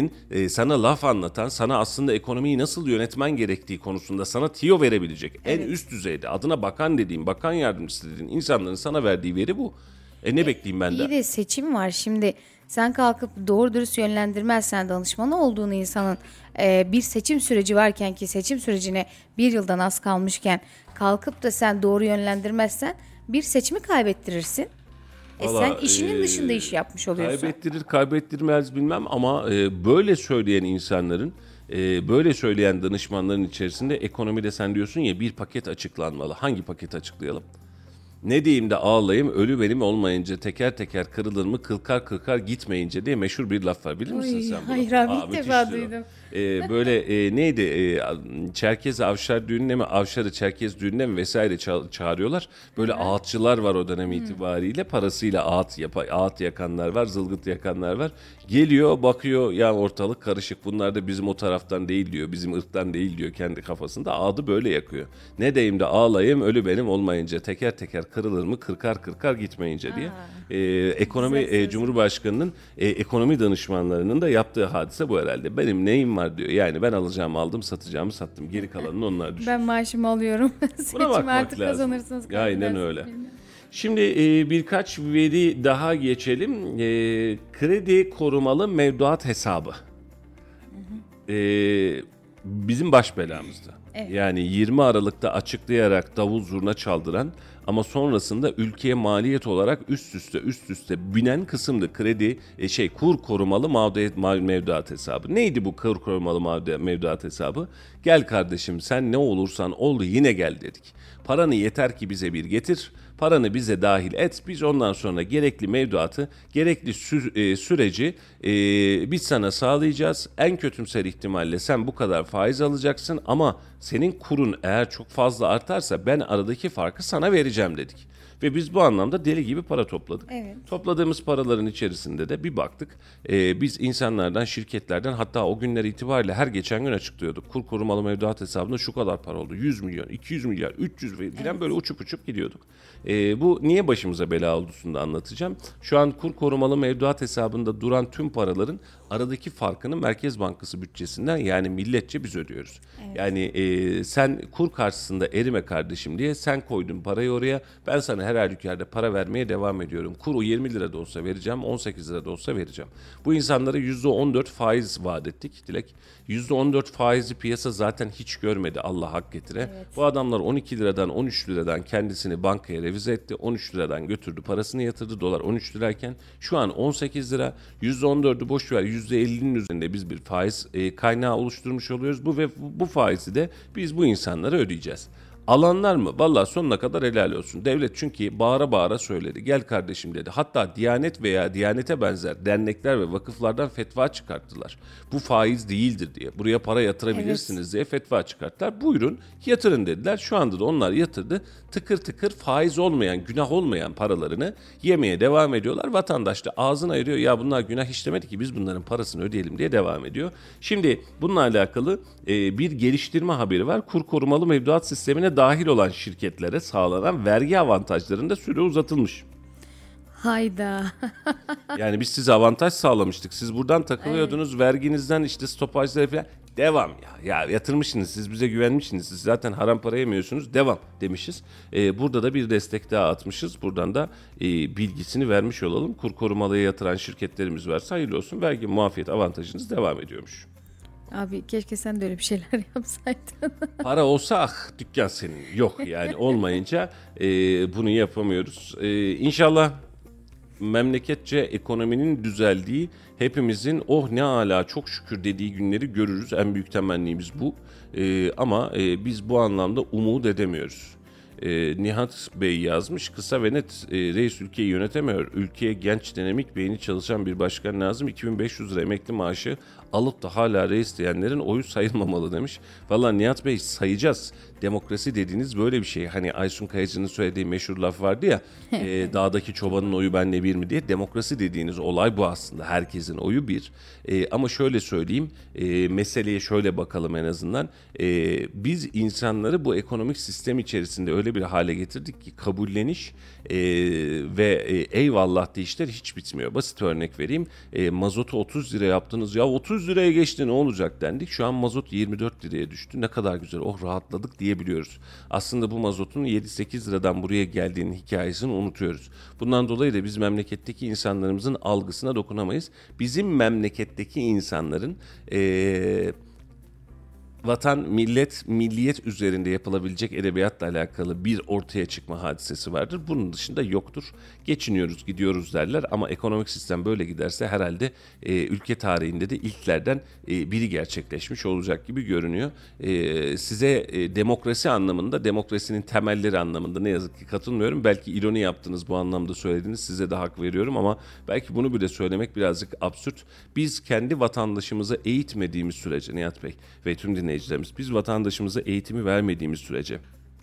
sana laf anlatan, sana aslında ekonomiyi nasıl yönetmen gerektiği konusunda sana tiyo verebilecek. Evet. En üst düzeyde adına bakan dediğin, bakan yardımcısı dediğin insanların sana verdiği veri bu. Ne bekleyeyim ben de? İyi de seçim var şimdi. Sen kalkıp doğru dürüst yönlendirmezsen danışmanı olduğunu insanın bir seçim süreci varken ki seçim sürecine bir yıldan az kalmışken kalkıp da sen doğru yönlendirmezsen bir seçimi kaybettirirsin. Sen işinin dışında iş yapmış oluyorsun. Kaybettirir kaybettirmez bilmem ama böyle söyleyen insanların böyle söyleyen danışmanların içerisinde ekonomide sen diyorsun ya bir paket açıklanmalı. Hangi paketi açıklayalım? Ne diyeyim de ağlayayım, ölü benim olmayınca teker teker kırılır mı, kılkar kılkar gitmeyince diye meşhur bir laf var. Bilir misin sen bunu? Hayır abi ilk defa duydum. Böyle neydi, Çerkez Avşar düğününe mi, Avşar'ı Çerkez düğününe mi vesaire çağırıyorlar. Böyle ağıtçılar var o dönem itibariyle, parasıyla ağıt yakanlar var, zılgıt yakanlar var. Geliyor bakıyor ya ortalık karışık, bunlar da bizim o taraftan değil diyor, bizim ırktan değil diyor kendi kafasında, ağdı böyle yakıyor. Ne diyeyim de ağlayayım, ölü benim olmayınca teker teker kırılır mı, kırkar kırkar gitmeyince diye. Cumhurbaşkanının ekonomi danışmanlarının da yaptığı hadise bu herhalde. Benim neyim var diyor. Yani ben alacağımı aldım, satacağımı sattım. Geri kalanını onlar düşünüyor. Ben maaşımı alıyorum. Seçim artık lazım. Kazanırsınız. Aynen öyle. Şimdi birkaç veri daha geçelim. Kredi korumalı mevduat hesabı. Bizim baş belamızdı. Evet. Yani 20 Aralık'ta açıklayarak davul zurna çaldıran ama sonrasında ülkeye maliyet olarak üst üste binen kısımdı kur korumalı mevduat hesabı. Neydi bu kur korumalı mevduat hesabı? Gel kardeşim sen ne olursan ol yine gel dedik. Paranı yeter ki bize bir getir. Paranı bize dahil et. Biz ondan sonra gerekli mevduatı, gerekli süreci biz sana sağlayacağız. En kötümser ihtimalle sen bu kadar faiz alacaksın ama senin kurun eğer çok fazla artarsa ben aradaki farkı sana vereceğim dedik. Ve biz bu anlamda deli gibi para topladık. Evet. Topladığımız paraların içerisinde de bir baktık. Biz insanlardan, şirketlerden hatta o günler itibariyle her geçen gün açıklıyorduk. Kur korumalı mevduat hesabında şu kadar para oldu. 100 milyon, 200 milyar, 300 falan böyle uçup gidiyorduk. Bu niye başımıza bela olduğunu da anlatacağım. Şu an kur korumalı mevduat hesabında duran tüm paraların aradaki farkını Merkez Bankası bütçesinden yani milletçe biz ödüyoruz. Evet. Yani sen kur karşısında erime kardeşim diye sen koydun parayı oraya. Ben sana her halükarda para vermeye devam ediyorum. Kuru 20 lira da olsa vereceğim, 18 lira da olsa vereceğim. Bu insanlara %14 faiz vaat ettik Dilek. %14 faizi piyasa zaten hiç görmedi Allah hak getire. Evet. Bu adamlar 12 liradan 13 liradan kendisini bankaya revize etti. 13 liradan götürdü parasını yatırdı. Dolar 13 lirayken şu an 18 lira. %14'ü boş ver %50'nin üzerinde biz bir faiz kaynağı oluşturmuş oluyoruz. Bu faizi de biz bu insanlara ödeyeceğiz. Alanlar mı? Vallahi sonuna kadar helal olsun. Devlet çünkü bağıra bağıra söyledi. Gel kardeşim dedi. Hatta Diyanet veya Diyanete benzer dernekler ve vakıflardan fetva çıkarttılar. Bu faiz değildir diye. Buraya para yatırabilirsiniz diye fetva çıkarttılar. Buyurun yatırın dediler. Şu anda da onlar yatırdı. Tıkır tıkır faiz olmayan, günah olmayan paralarını yemeye devam ediyorlar. Vatandaş da ağzını ayırıyor. Ya bunlar günah işlemedi ki biz bunların parasını ödeyelim diye devam ediyor. Şimdi bununla alakalı bir geliştirme haberi var. Kur korumalı mevduat sistemine dahil olan şirketlere sağlanan vergi avantajlarında süre uzatılmış. Hayda. Yani biz size avantaj sağlamıştık. Siz buradan takılıyordunuz. Evet. Verginizden işte stopajları falan Devam ya. Ya yatırmışsınız, siz bize güvenmişsiniz. Siz zaten haram para yemiyorsunuz. Devam demişiz. Burada da bir destek daha atmışız. Buradan da bilgisini vermiş olalım. Kur korumalıya yatıran şirketlerimiz varsa hayırlı olsun. Vergi muafiyet avantajınız devam ediyormuş. Abi keşke sen de öyle bir şeyler yapsaydın. Para olsa dükkan senin. Yok yani olmayınca bunu yapamıyoruz. İnşallah memleketçe ekonominin düzeldiği, hepimizin oh ne ala çok şükür dediği günleri görürüz. En büyük temennimiz bu. Ama biz bu anlamda umut edemiyoruz. Nihat Bey yazmış, kısa ve net, reis ülkeyi yönetemiyor. Ülkeye genç, dinamik, beyni çalışan bir başkan lazım. 2500 lira emekli maaşı alıp da hala reis diyenlerin oyu sayılmamalı demiş. Valla Nihat Bey, sayacağız. Demokrasi dediğiniz böyle bir şey. Hani Aysun Kayacı'nın söylediği meşhur laf vardı ya, dağdaki çobanın oyu benle bir mi diye. Demokrasi dediğiniz olay bu aslında. Herkesin oyu bir. Ama şöyle söyleyeyim, meseleye şöyle bakalım en azından. Biz insanları bu ekonomik sistem içerisinde öyle bir hale getirdik ki kabulleniş ve eyvallah deyişler hiç bitmiyor. Basit örnek vereyim. Mazotu 30 lira yaptınız. Ya 30 liraya geçti ne olacak dendik. Şu an mazot 24 liraya düştü. Ne kadar güzel. Oh rahatladık diyebiliyoruz. Aslında bu mazotun 7-8 liradan buraya geldiğinin hikayesini unutuyoruz. Bundan dolayı da biz memleketteki insanlarımızın algısına dokunamayız. Bizim memleketteki insanların vatan, millet, milliyet üzerinde yapılabilecek edebiyatla alakalı bir ortaya çıkma hadisesi vardır. Bunun dışında yoktur. Geçiniyoruz, gidiyoruz derler ama ekonomik sistem böyle giderse herhalde ülke tarihinde de ilklerden biri gerçekleşmiş olacak gibi görünüyor. Size demokrasi anlamında, demokrasinin temelleri anlamında ne yazık ki katılmıyorum. Belki ironi yaptınız, bu anlamda söylediniz. Size de hak veriyorum ama belki bunu bile söylemek birazcık absürt. Biz kendi vatandaşımızı eğitmediğimiz sürece Nihat Bey ve tüm dinleyicilerimiz, biz vatandaşımıza eğitimi vermediğimiz sürece,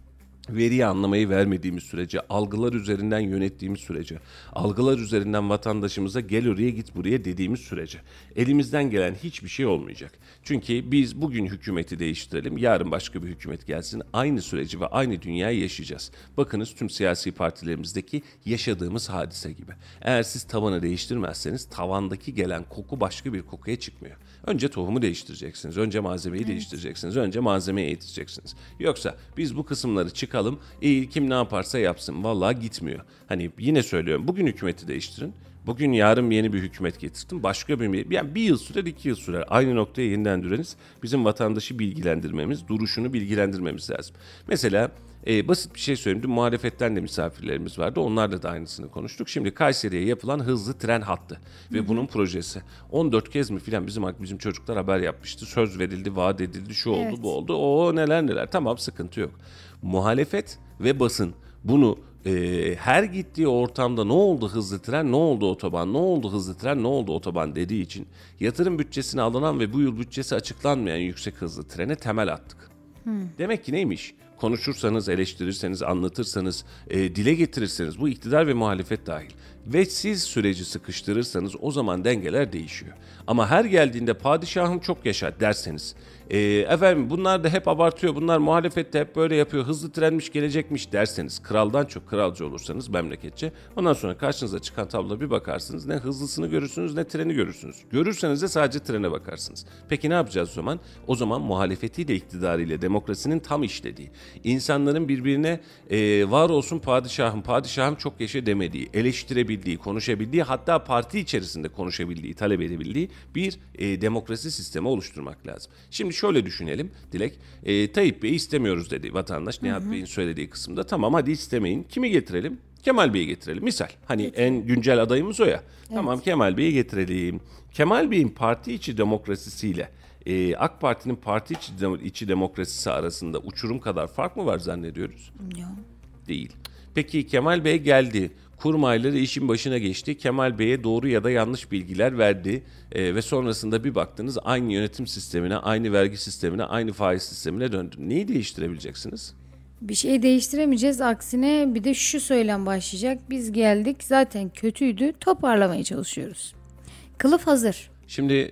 veriyi anlamayı vermediğimiz sürece, algılar üzerinden yönettiğimiz sürece, algılar üzerinden vatandaşımıza gel oraya git buraya dediğimiz sürece elimizden gelen hiçbir şey olmayacak. Çünkü biz bugün hükümeti değiştirelim, yarın başka bir hükümet gelsin, aynı süreci ve aynı dünyayı yaşayacağız. Bakınız tüm siyasi partilerimizdeki yaşadığımız hadise gibi. Eğer siz tavanı değiştirmezseniz tavandaki gelen koku başka bir kokuya çıkmıyor. Önce tohumu değiştireceksiniz, önce malzemeyi değiştireceksiniz, önce malzemeyi eğiteceksiniz. Yoksa biz bu kısımları çıkalım, kim ne yaparsa yapsın. Vallahi gitmiyor. Hani yine söylüyorum, bugün hükümeti değiştirin. Bugün yarın yeni bir hükümet getirtin. Başka yani bir yıl sürer, 2 yıl sürer. Aynı noktaya yeniden döneriz. Bizim vatandaşı bilgilendirmemiz, duruşunu bilgilendirmemiz lazım. Mesela basit bir şey söyleyeyim. Dün muhalefetten de misafirlerimiz vardı. Onlarla da aynısını konuştuk. Şimdi Kayseri'ye yapılan hızlı tren hattı ve bunun projesi. 14 kez mi filan bizim çocuklar haber yapmıştı. Söz verildi, vaat edildi, şu oldu, bu oldu. O neler. Tamam, sıkıntı yok. Muhalefet ve basın bunu her gittiği ortamda ne oldu hızlı tren, ne oldu otoban, ne oldu hızlı tren, ne oldu otoban dediği için yatırım bütçesine alınan ve bu yıl bütçesi açıklanmayan yüksek hızlı trene temel attık. Demek ki neymiş? Konuşursanız, eleştirirseniz, anlatırsanız, dile getirirseniz, bu iktidar ve muhalefet dahil ve siz süreci sıkıştırırsanız o zaman dengeler değişiyor. Ama her geldiğinde padişahım çok yaşa derseniz, efendim bunlar da hep abartıyor, bunlar muhalefet de hep böyle yapıyor, hızlı trenmiş gelecekmiş derseniz, kraldan çok kralcı olursanız memleketçe, ondan sonra karşınıza çıkan tabloya bir bakarsınız, ne hızlısını görürsünüz ne treni görürsünüz. Görürseniz de sadece trene bakarsınız. Peki ne yapacağız o zaman? O zaman muhalefetiyle, iktidarıyla, demokrasinin tam işlediği, insanların birbirine var olsun padişahım, padişahım çok yaşa demediği, eleştirebildiği, konuşabildiği, hatta parti içerisinde konuşabildiği, talep edebildiği bir demokrasi sistemi oluşturmak lazım. Şimdi şöyle düşünelim Dilek, Tayyip Bey'i istemiyoruz dedi vatandaş, Nihat Bey'in söylediği kısımda. Tamam, hadi istemeyin. Kimi getirelim? Kemal Bey'i getirelim. Misal. Hani en güncel adayımız o ya. Evet. Tamam, Kemal Bey'i getirelim. Kemal Bey'in parti içi demokrasisiyle AK Parti'nin parti içi demokrasisi arasında uçurum kadar fark mı var zannediyoruz? Yok. Değil. Peki Kemal Bey geldi. Kurmayları işin başına geçti. Kemal Bey'e doğru ya da yanlış bilgiler verdi. Ve sonrasında bir baktınız aynı yönetim sistemine, aynı vergi sistemine, aynı faiz sistemine döndü. Neyi değiştirebileceksiniz? Bir şey değiştiremeyeceğiz. Aksine bir de şu söylem başlayacak. Biz geldik, zaten kötüydü, toparlamaya çalışıyoruz. Kılıf hazır. Şimdi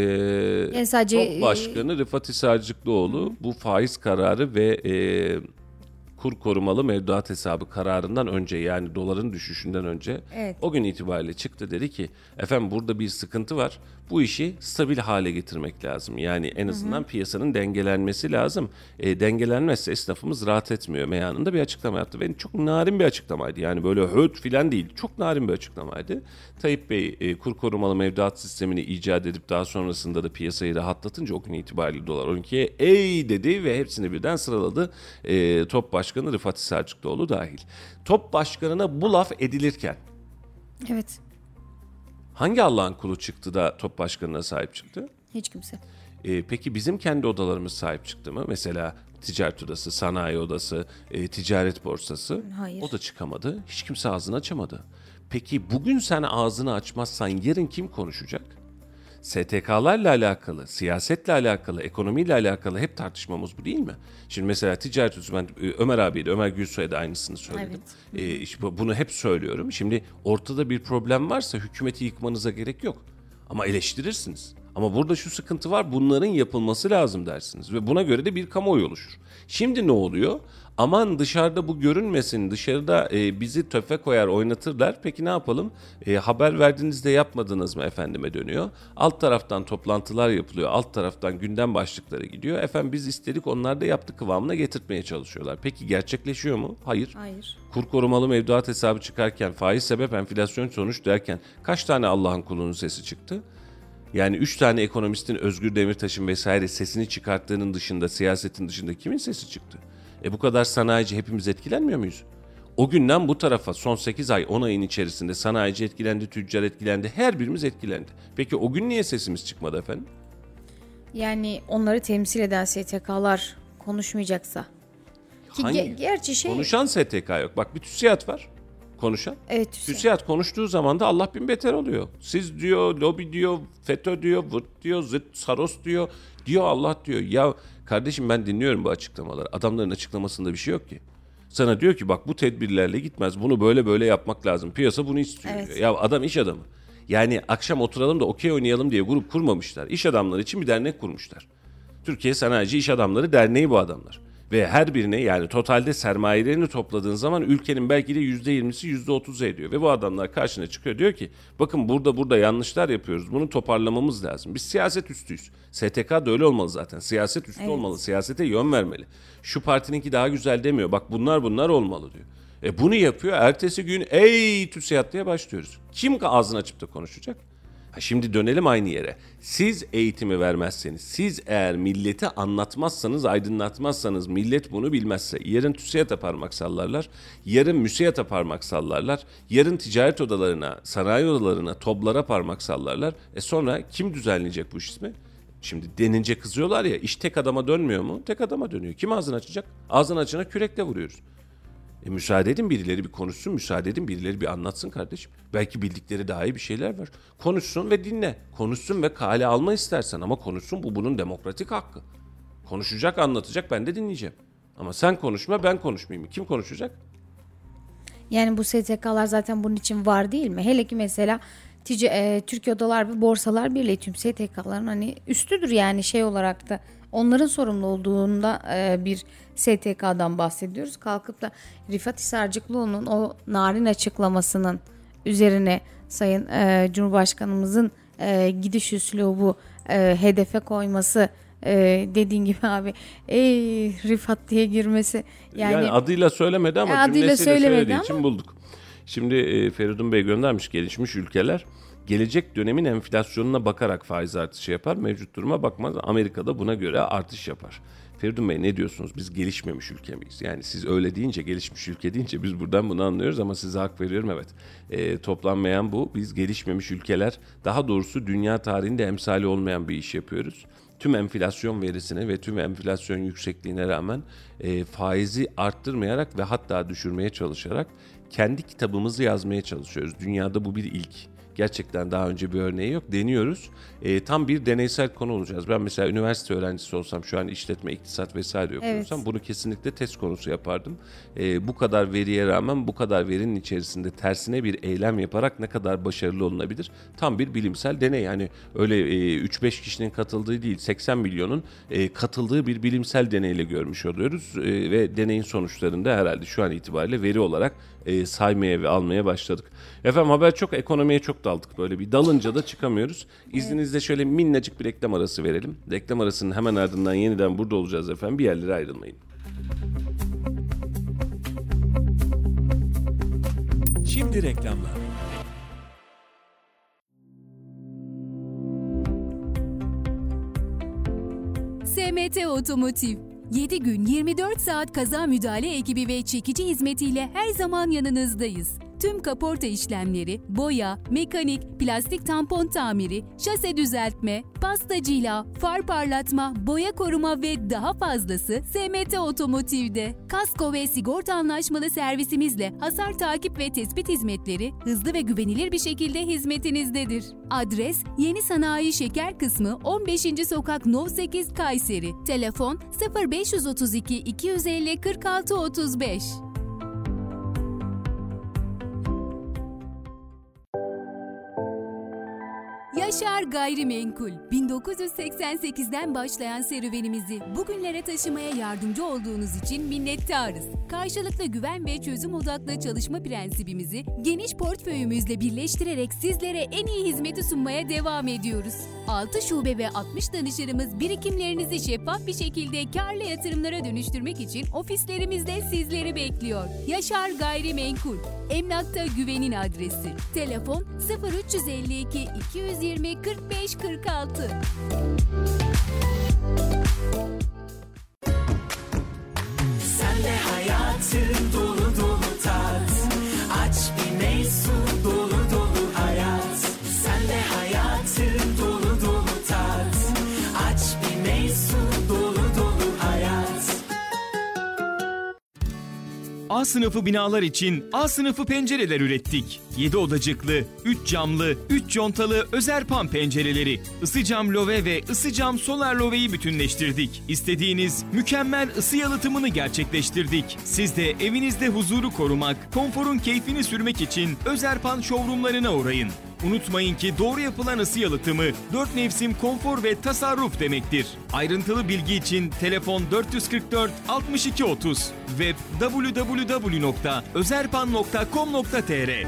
Yani sadece Top Başkanı Rıfat Hisarcıklıoğlu bu faiz kararı ve kur korumalı mevduat hesabı kararından önce, yani doların düşüşünden önce Evet. o gün itibariyle çıktı, dedi ki efendim burada bir sıkıntı var. Bu işi stabil hale getirmek lazım. Yani en azından piyasanın dengelenmesi lazım. Dengelenmezse esnafımız rahat etmiyor meyanında bir açıklama yaptı. Ve çok narin bir açıklamaydı. Yani böyle höt filan değil. Çok narin bir açıklamaydı. Tayyip Bey kur korumalı mevduat sistemini icat edip daha sonrasında da piyasayı rahatlatınca o gün itibariyle dolar 12'ye ey dedi ve hepsini birden sıraladı. Top Başkanı Rıfat Hisarcıklıoğlu dahil. Top Başkanı'na bu laf edilirken Evet. hangi Allah'ın kulu çıktı da Top Başkanı'na sahip çıktı? Hiç kimse. Peki bizim kendi odalarımız sahip çıktı mı? Mesela ticaret odası, sanayi odası, ticaret borsası. Hayır. O da çıkamadı. Hiç kimse ağzını açamadı. Peki bugün sen ağzını açmazsan yarın kim konuşacak? STK'larla alakalı, siyasetle alakalı, ekonomiyle alakalı hep tartışmamız bu değil mi? Şimdi mesela ticaret odası, ben Ömer abiyle, Ömer Gülsoy'a da aynısını söyledim. İşte bunu hep söylüyorum. Şimdi ortada bir problem varsa hükümeti yıkmanıza gerek yok. Ama eleştirirsiniz. Ama burada şu sıkıntı var, bunların yapılması lazım dersiniz. Ve buna göre de bir kamuoyu oluşur. Şimdi ne oluyor? Aman dışarıda bu görünmesin, dışarıda bizi töfe koyar, oynatırlar. Peki ne yapalım? Haber verdiğinizde yapmadınız mı efendime dönüyor. Alt taraftan toplantılar yapılıyor. Alt taraftan gündem başlıkları gidiyor. Efendim biz istedik, onlar da yaptı kıvamına getirtmeye çalışıyorlar. Peki gerçekleşiyor mu? Hayır. Hayır. Kur korumalı mevduat hesabı çıkarken, faiz sebep enflasyon sonuç derken kaç tane Allah'ın kulunun sesi çıktı? Yani 3 tane ekonomistin, Özgür Demirtaş'ın vesaire sesini çıkarttığının dışında, siyasetin dışında kimin sesi çıktı? Bu kadar sanayici hepimiz etkilenmiyor muyuz? O günden bu tarafa son 8 ay, 10 ayın içerisinde sanayici etkilendi, tüccar etkilendi, her birimiz etkilendi. Peki o gün niye sesimiz çıkmadı efendim? Yani onları temsil eden STK'lar konuşmayacaksa. Ki gerçi Konuşan STK yok. Bak bir TÜSİAD var. Konuşan. Evet, TÜSİAD konuştuğu zaman da Allah bin beter oluyor. Siz diyor, lobi diyor, FETÖ diyor, vırt diyor, zıt, Saros diyor, Allah diyor. Ya kardeşim ben dinliyorum bu açıklamaları. Adamların açıklamasında bir şey yok ki. Sana diyor ki bak bu tedbirlerle gitmez. Bunu böyle yapmak lazım. Piyasa bunu istiyor diyor. Ya adam iş adamı. Yani akşam oturalım da okey oynayalım diye grup kurmamışlar. İş adamları için bir dernek kurmuşlar. Türkiye Sanayici İş Adamları Derneği bu adamlar. Ve her birine, yani totalde sermayelerini topladığın zaman ülkenin belki de %20'si %30'u ediyor. Ve bu adamlar karşına çıkıyor, diyor ki bakın burada yanlışlar yapıyoruz, bunu toparlamamız lazım. Biz siyaset üstüyüz. STK da öyle olmalı zaten. Siyaset üstü olmalı, siyasete yön vermeli. Şu partininki daha güzel demiyor, bak bunlar olmalı diyor. Bunu yapıyor, ertesi gün ey TÜSİAD diye başlıyoruz. Kim ağzını açıp da konuşacak? Şimdi dönelim aynı yere. Siz eğitimi vermezseniz, siz eğer milleti anlatmazsanız, aydınlatmazsanız, millet bunu bilmezse, yarın TÜSİAD'a parmak sallarlar, yarın MÜSİAD'a parmak sallarlar, yarın ticaret odalarına, sanayi odalarına, TOB'lara parmak sallarlar. Sonra kim düzenleyecek bu işi? Şimdi denince kızıyorlar ya, iş tek adama dönmüyor mu? Tek adama dönüyor. Kim ağzını açacak? Ağzını açana kürekle vuruyoruz. Müsaade edin birileri bir konuşsun, müsaade edin birileri bir anlatsın kardeşim. Belki bildikleri daha iyi bir şeyler var. Konuşsun ve dinle. Konuşsun ve kale alma istersen, ama konuşsun, bu bunun demokratik hakkı. Konuşacak, anlatacak, ben de dinleyeceğim. Ama sen konuşma, ben konuşmayayım. Kim konuşacak? Yani bu STK'lar zaten bunun için var değil mi? Hele ki mesela Türkiye Odalar ve Borsalar Birliği tüm STK'ların hani üstüdür yani şey olarak da. Onların sorumlu olduğunda bir STK'dan bahsediyoruz. Kalkıp da Rıfat Hisarcıklıoğlu'nun o narin açıklamasının üzerine Sayın Cumhurbaşkanımızın gidiş üslubu hedefe koyması, dediğin gibi abi Rıfat diye girmesi. Yani adıyla söylemedi ama adıyla cümlesiyle söylediği ama için bulduk. Şimdi Feridun Bey göndermiş, gelişmiş ülkeler gelecek dönemin enflasyonuna bakarak faiz artışı yapar. Mevcut duruma bakmaz. Amerika'da buna göre artış yapar. Feridun Bey ne diyorsunuz? Biz gelişmemiş ülke miyiz? Yani siz öyle deyince, gelişmiş ülke deyince biz buradan bunu anlıyoruz ama size hak veriyorum, evet. Toplanmayan bu. Biz gelişmemiş ülkeler, daha doğrusu dünya tarihinde emsali olmayan bir iş yapıyoruz. Tüm enflasyon verisine ve tüm enflasyon yüksekliğine rağmen faizi arttırmayarak ve hatta düşürmeye çalışarak kendi kitabımızı yazmaya çalışıyoruz. Dünyada bu bir ilk. gerçekten daha önce bir örneği yok. Deniyoruz. Tam bir deneysel konu olacağız. Ben mesela üniversite öğrencisi olsam, şu an işletme, iktisat vesaire okuyorsam bunu kesinlikle test konusu yapardım. Bu kadar veriye rağmen bu kadar verinin içerisinde tersine bir eylem yaparak ne kadar başarılı olunabilir? Tam bir bilimsel deney. Yani öyle 3-5 kişinin katıldığı değil, 80 milyonun katıldığı bir bilimsel deneyle görmüş oluyoruz. Ve deneyin sonuçlarında herhalde şu an itibariyle veri olarak saymaya ve almaya başladık. Efendim haber çok, ekonomiye çok daldık. Böyle bir dalınca da çıkamıyoruz. İzninizle şöyle minnacık bir reklam arası verelim. Reklam arasının hemen ardından yeniden burada olacağız efendim. Bir yerlere ayrılmayın. Şimdi reklamlar. SMT Otomotiv 7 gün 24 saat kaza müdahale ekibi ve çekici hizmetiyle her zaman yanınızdayız. Tüm kaporta işlemleri, boya, mekanik, plastik tampon tamiri, şase düzeltme, pasta cila, far parlatma, boya koruma ve daha fazlası SMT Otomotiv'de. Kasko ve sigorta anlaşmalı servisimizle hasar takip ve tespit hizmetleri hızlı ve güvenilir bir şekilde hizmetinizdedir. Adres Yeni Sanayi Şeker Kısmı 15. Sokak No 8 Kayseri. Telefon 0532 250 46 35. Yaşar Gayrimenkul, 1988'den başlayan serüvenimizi bugünlere taşımaya yardımcı olduğunuz için minnettarız. Karşılıklı güven ve çözüm odaklı çalışma prensibimizi geniş portföyümüzle birleştirerek sizlere en iyi hizmeti sunmaya devam ediyoruz. 6 şube ve 60 danışanımız birikimlerinizi şeffaf bir şekilde karlı yatırımlara dönüştürmek için ofislerimizde sizleri bekliyor. Yaşar Gayrimenkul, emlakta güvenin adresi. Telefon 0352 220 45 46. Sen de hayatın dolu dolu tat. Aç bir meysu dolu dolu hayat. Sen de hayatın dolu dolu tat. Aç bir meysu dolu dolu hayat. A sınıfı binalar için A sınıfı pencereler ürettik. 7 odacıklı, 3 camlı, 3 contalı Özerpan pencereleri. Isı cam love ve ısı cam solar loveyi bütünleştirdik. İstediğiniz mükemmel ısı yalıtımını gerçekleştirdik. Siz de evinizde huzuru korumak, konforun keyfini sürmek için Özerpan showroomlarına uğrayın. Unutmayın ki doğru yapılan ısı yalıtımı 4 mevsim konfor ve tasarruf demektir. Ayrıntılı bilgi için telefon 444 62 30, web www.özerpan.com.tr.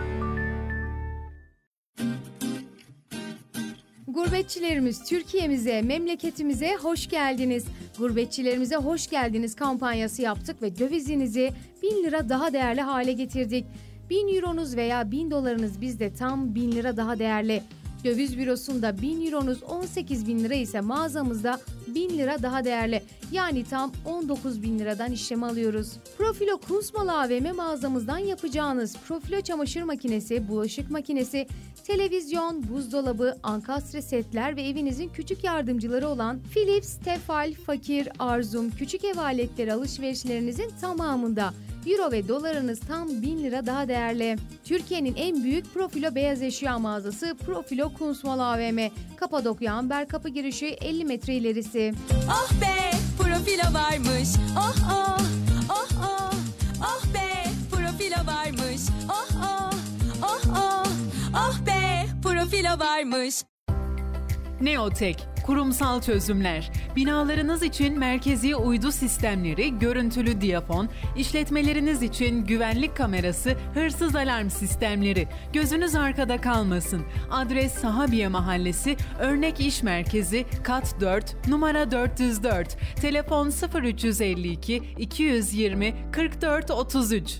Gurbetçilerimiz Türkiye'mize, memleketimize hoş geldiniz. Gurbetçilerimize hoş geldiniz kampanyası yaptık ve dövizinizi 1000 lira daha değerli hale getirdik. 1000 euronuz veya 1000 dolarınız bizde tam 1000 lira daha değerli. Döviz bürosunda 1000 euronuz 18 bin lira ise mağazamızda 1000 lira daha değerli. Yani tam 19 bin liradan işlem alıyoruz. Profilo Kunstmalı AVM mağazamızdan yapacağınız Profilo çamaşır makinesi, bulaşık makinesi, televizyon, buzdolabı, ankastre setler ve evinizin küçük yardımcıları olan Philips, Tefal, Fakir, Arzum, küçük ev aletleri alışverişlerinizin tamamında. Euro ve dolarınız tam 1000 lira daha değerli. Türkiye'nin en büyük Profilo beyaz eşya mağazası Profilo Kunstmalı AVM. Kapadokya Amber Kapı girişi 50 metre ilerisi. Oh be, Profilo varmış. Oh oh, oh oh, oh be, Profilo varmış. Oh oh, oh oh, oh be, Profilo varmış. Neotek, kurumsal çözümler, binalarınız için merkezi uydu sistemleri, görüntülü diyafon, işletmeleriniz için güvenlik kamerası, hırsız alarm sistemleri. Gözünüz arkada kalmasın. Adres Sahabiye Mahallesi, Örnek İş Merkezi, Kat 4, numara 404. Telefon 0352 220 44 33.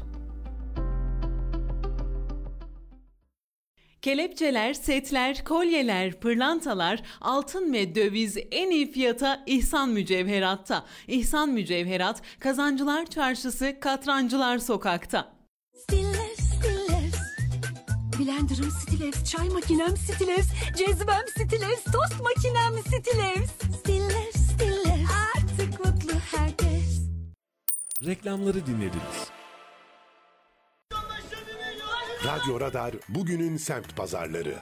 Kelepçeler, setler, kolyeler, pırlantalar, altın ve döviz en iyi fiyata İhsan Mücevherat'ta. İhsan Mücevherat, Kazancılar Çarşısı, Katrancılar Sokak'ta. Stillers, Stillers. Blender'ım Stillers, çay makinem Stillers, cezvem Stillers, tost makinem Stillers. Stillers, Stillers. Artık mutlu herkes. Reklamları dinlediniz. Radyo Radar bugünün semt pazarları.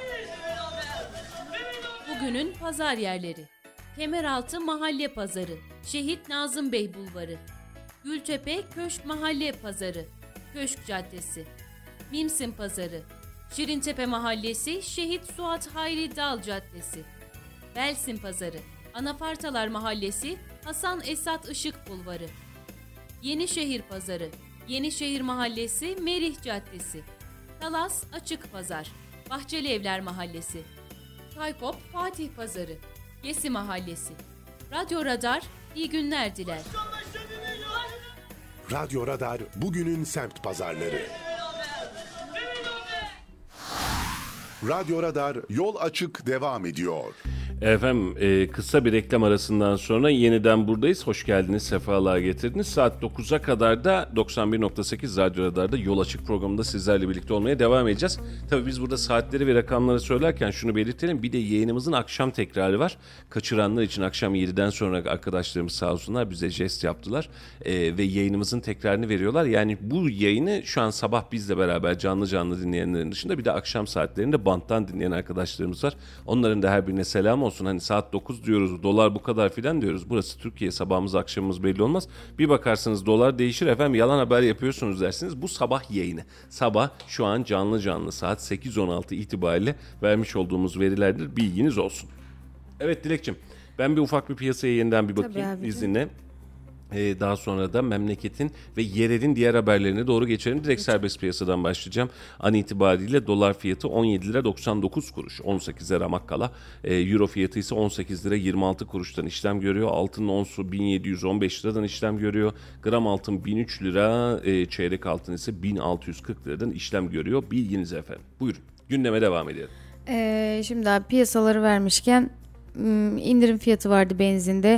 Bugünün pazar yerleri: Kemeraltı Mahalle Pazarı, Şehit Nazım Bey Bulvarı; Gültepe Köşk Mahalle Pazarı, Köşk Caddesi; Mimsin Pazarı, Şirintepe Mahallesi, Şehit Suat Hayri Dal Caddesi; Belsin Pazarı, Anafartalar Mahallesi, Hasan Esat Işık Bulvarı; Yenişehir Pazarı, Yenişehir Mahallesi, Merih Caddesi; Talas Açık Pazar, Bahçeli Evler Mahallesi; Kaykop Fatih Pazarı, Gesi Mahallesi. Radyo Radar iyi günler diler. Radyo Radar bugünün semt pazarları. Radyo Radar yol açık devam ediyor. Efendim kısa bir reklam arasından sonra yeniden buradayız. Hoş geldiniz, sefalar getirdiniz. Saat 9'a kadar da 91.8 Radyo Radar'da Yol Açık programında sizlerle birlikte olmaya devam edeceğiz. Tabii biz burada saatleri ve rakamları söylerken şunu belirtelim. Bir de yayınımızın akşam tekrarı var. Kaçıranlar için akşam 7'den sonra arkadaşlarımız sağ olsunlar bize jest yaptılar. Ve yayınımızın tekrarını veriyorlar. Yani bu yayını şu an sabah bizle beraber canlı dinleyenlerin dışında bir de akşam saatlerinde banttan dinleyen arkadaşlarımız var. Onların da her birine selam olsun. Hani saat 9 diyoruz, dolar bu kadar filan diyoruz. Burası Türkiye, sabahımız akşamımız belli olmaz. Bir bakarsınız dolar değişir, efendim yalan haber yapıyorsunuz dersiniz. Bu sabah yayını. Sabah şu an canlı saat 8.16 itibariyle vermiş olduğumuz verilerdir. Bilginiz olsun. Evet Dilekçim, ben bir ufak bir piyasaya yeniden bir bakayım izninle. Daha sonra da memleketin ve yerelin diğer haberlerine doğru geçelim. Direkt serbest piyasadan başlayacağım. An itibariyle dolar fiyatı 17 lira 99 kuruş. 18'e ramak kala. Euro fiyatı ise 18 lira 26 kuruştan işlem görüyor. Altın onsu 1715 liradan işlem görüyor. Gram altın 1003 lira. Çeyrek altın ise 1640 liradan işlem görüyor. Bilginize efendim. Buyurun. Gündeme devam edelim. Şimdi abi piyasaları vermişken indirim fiyatı vardı benzinde.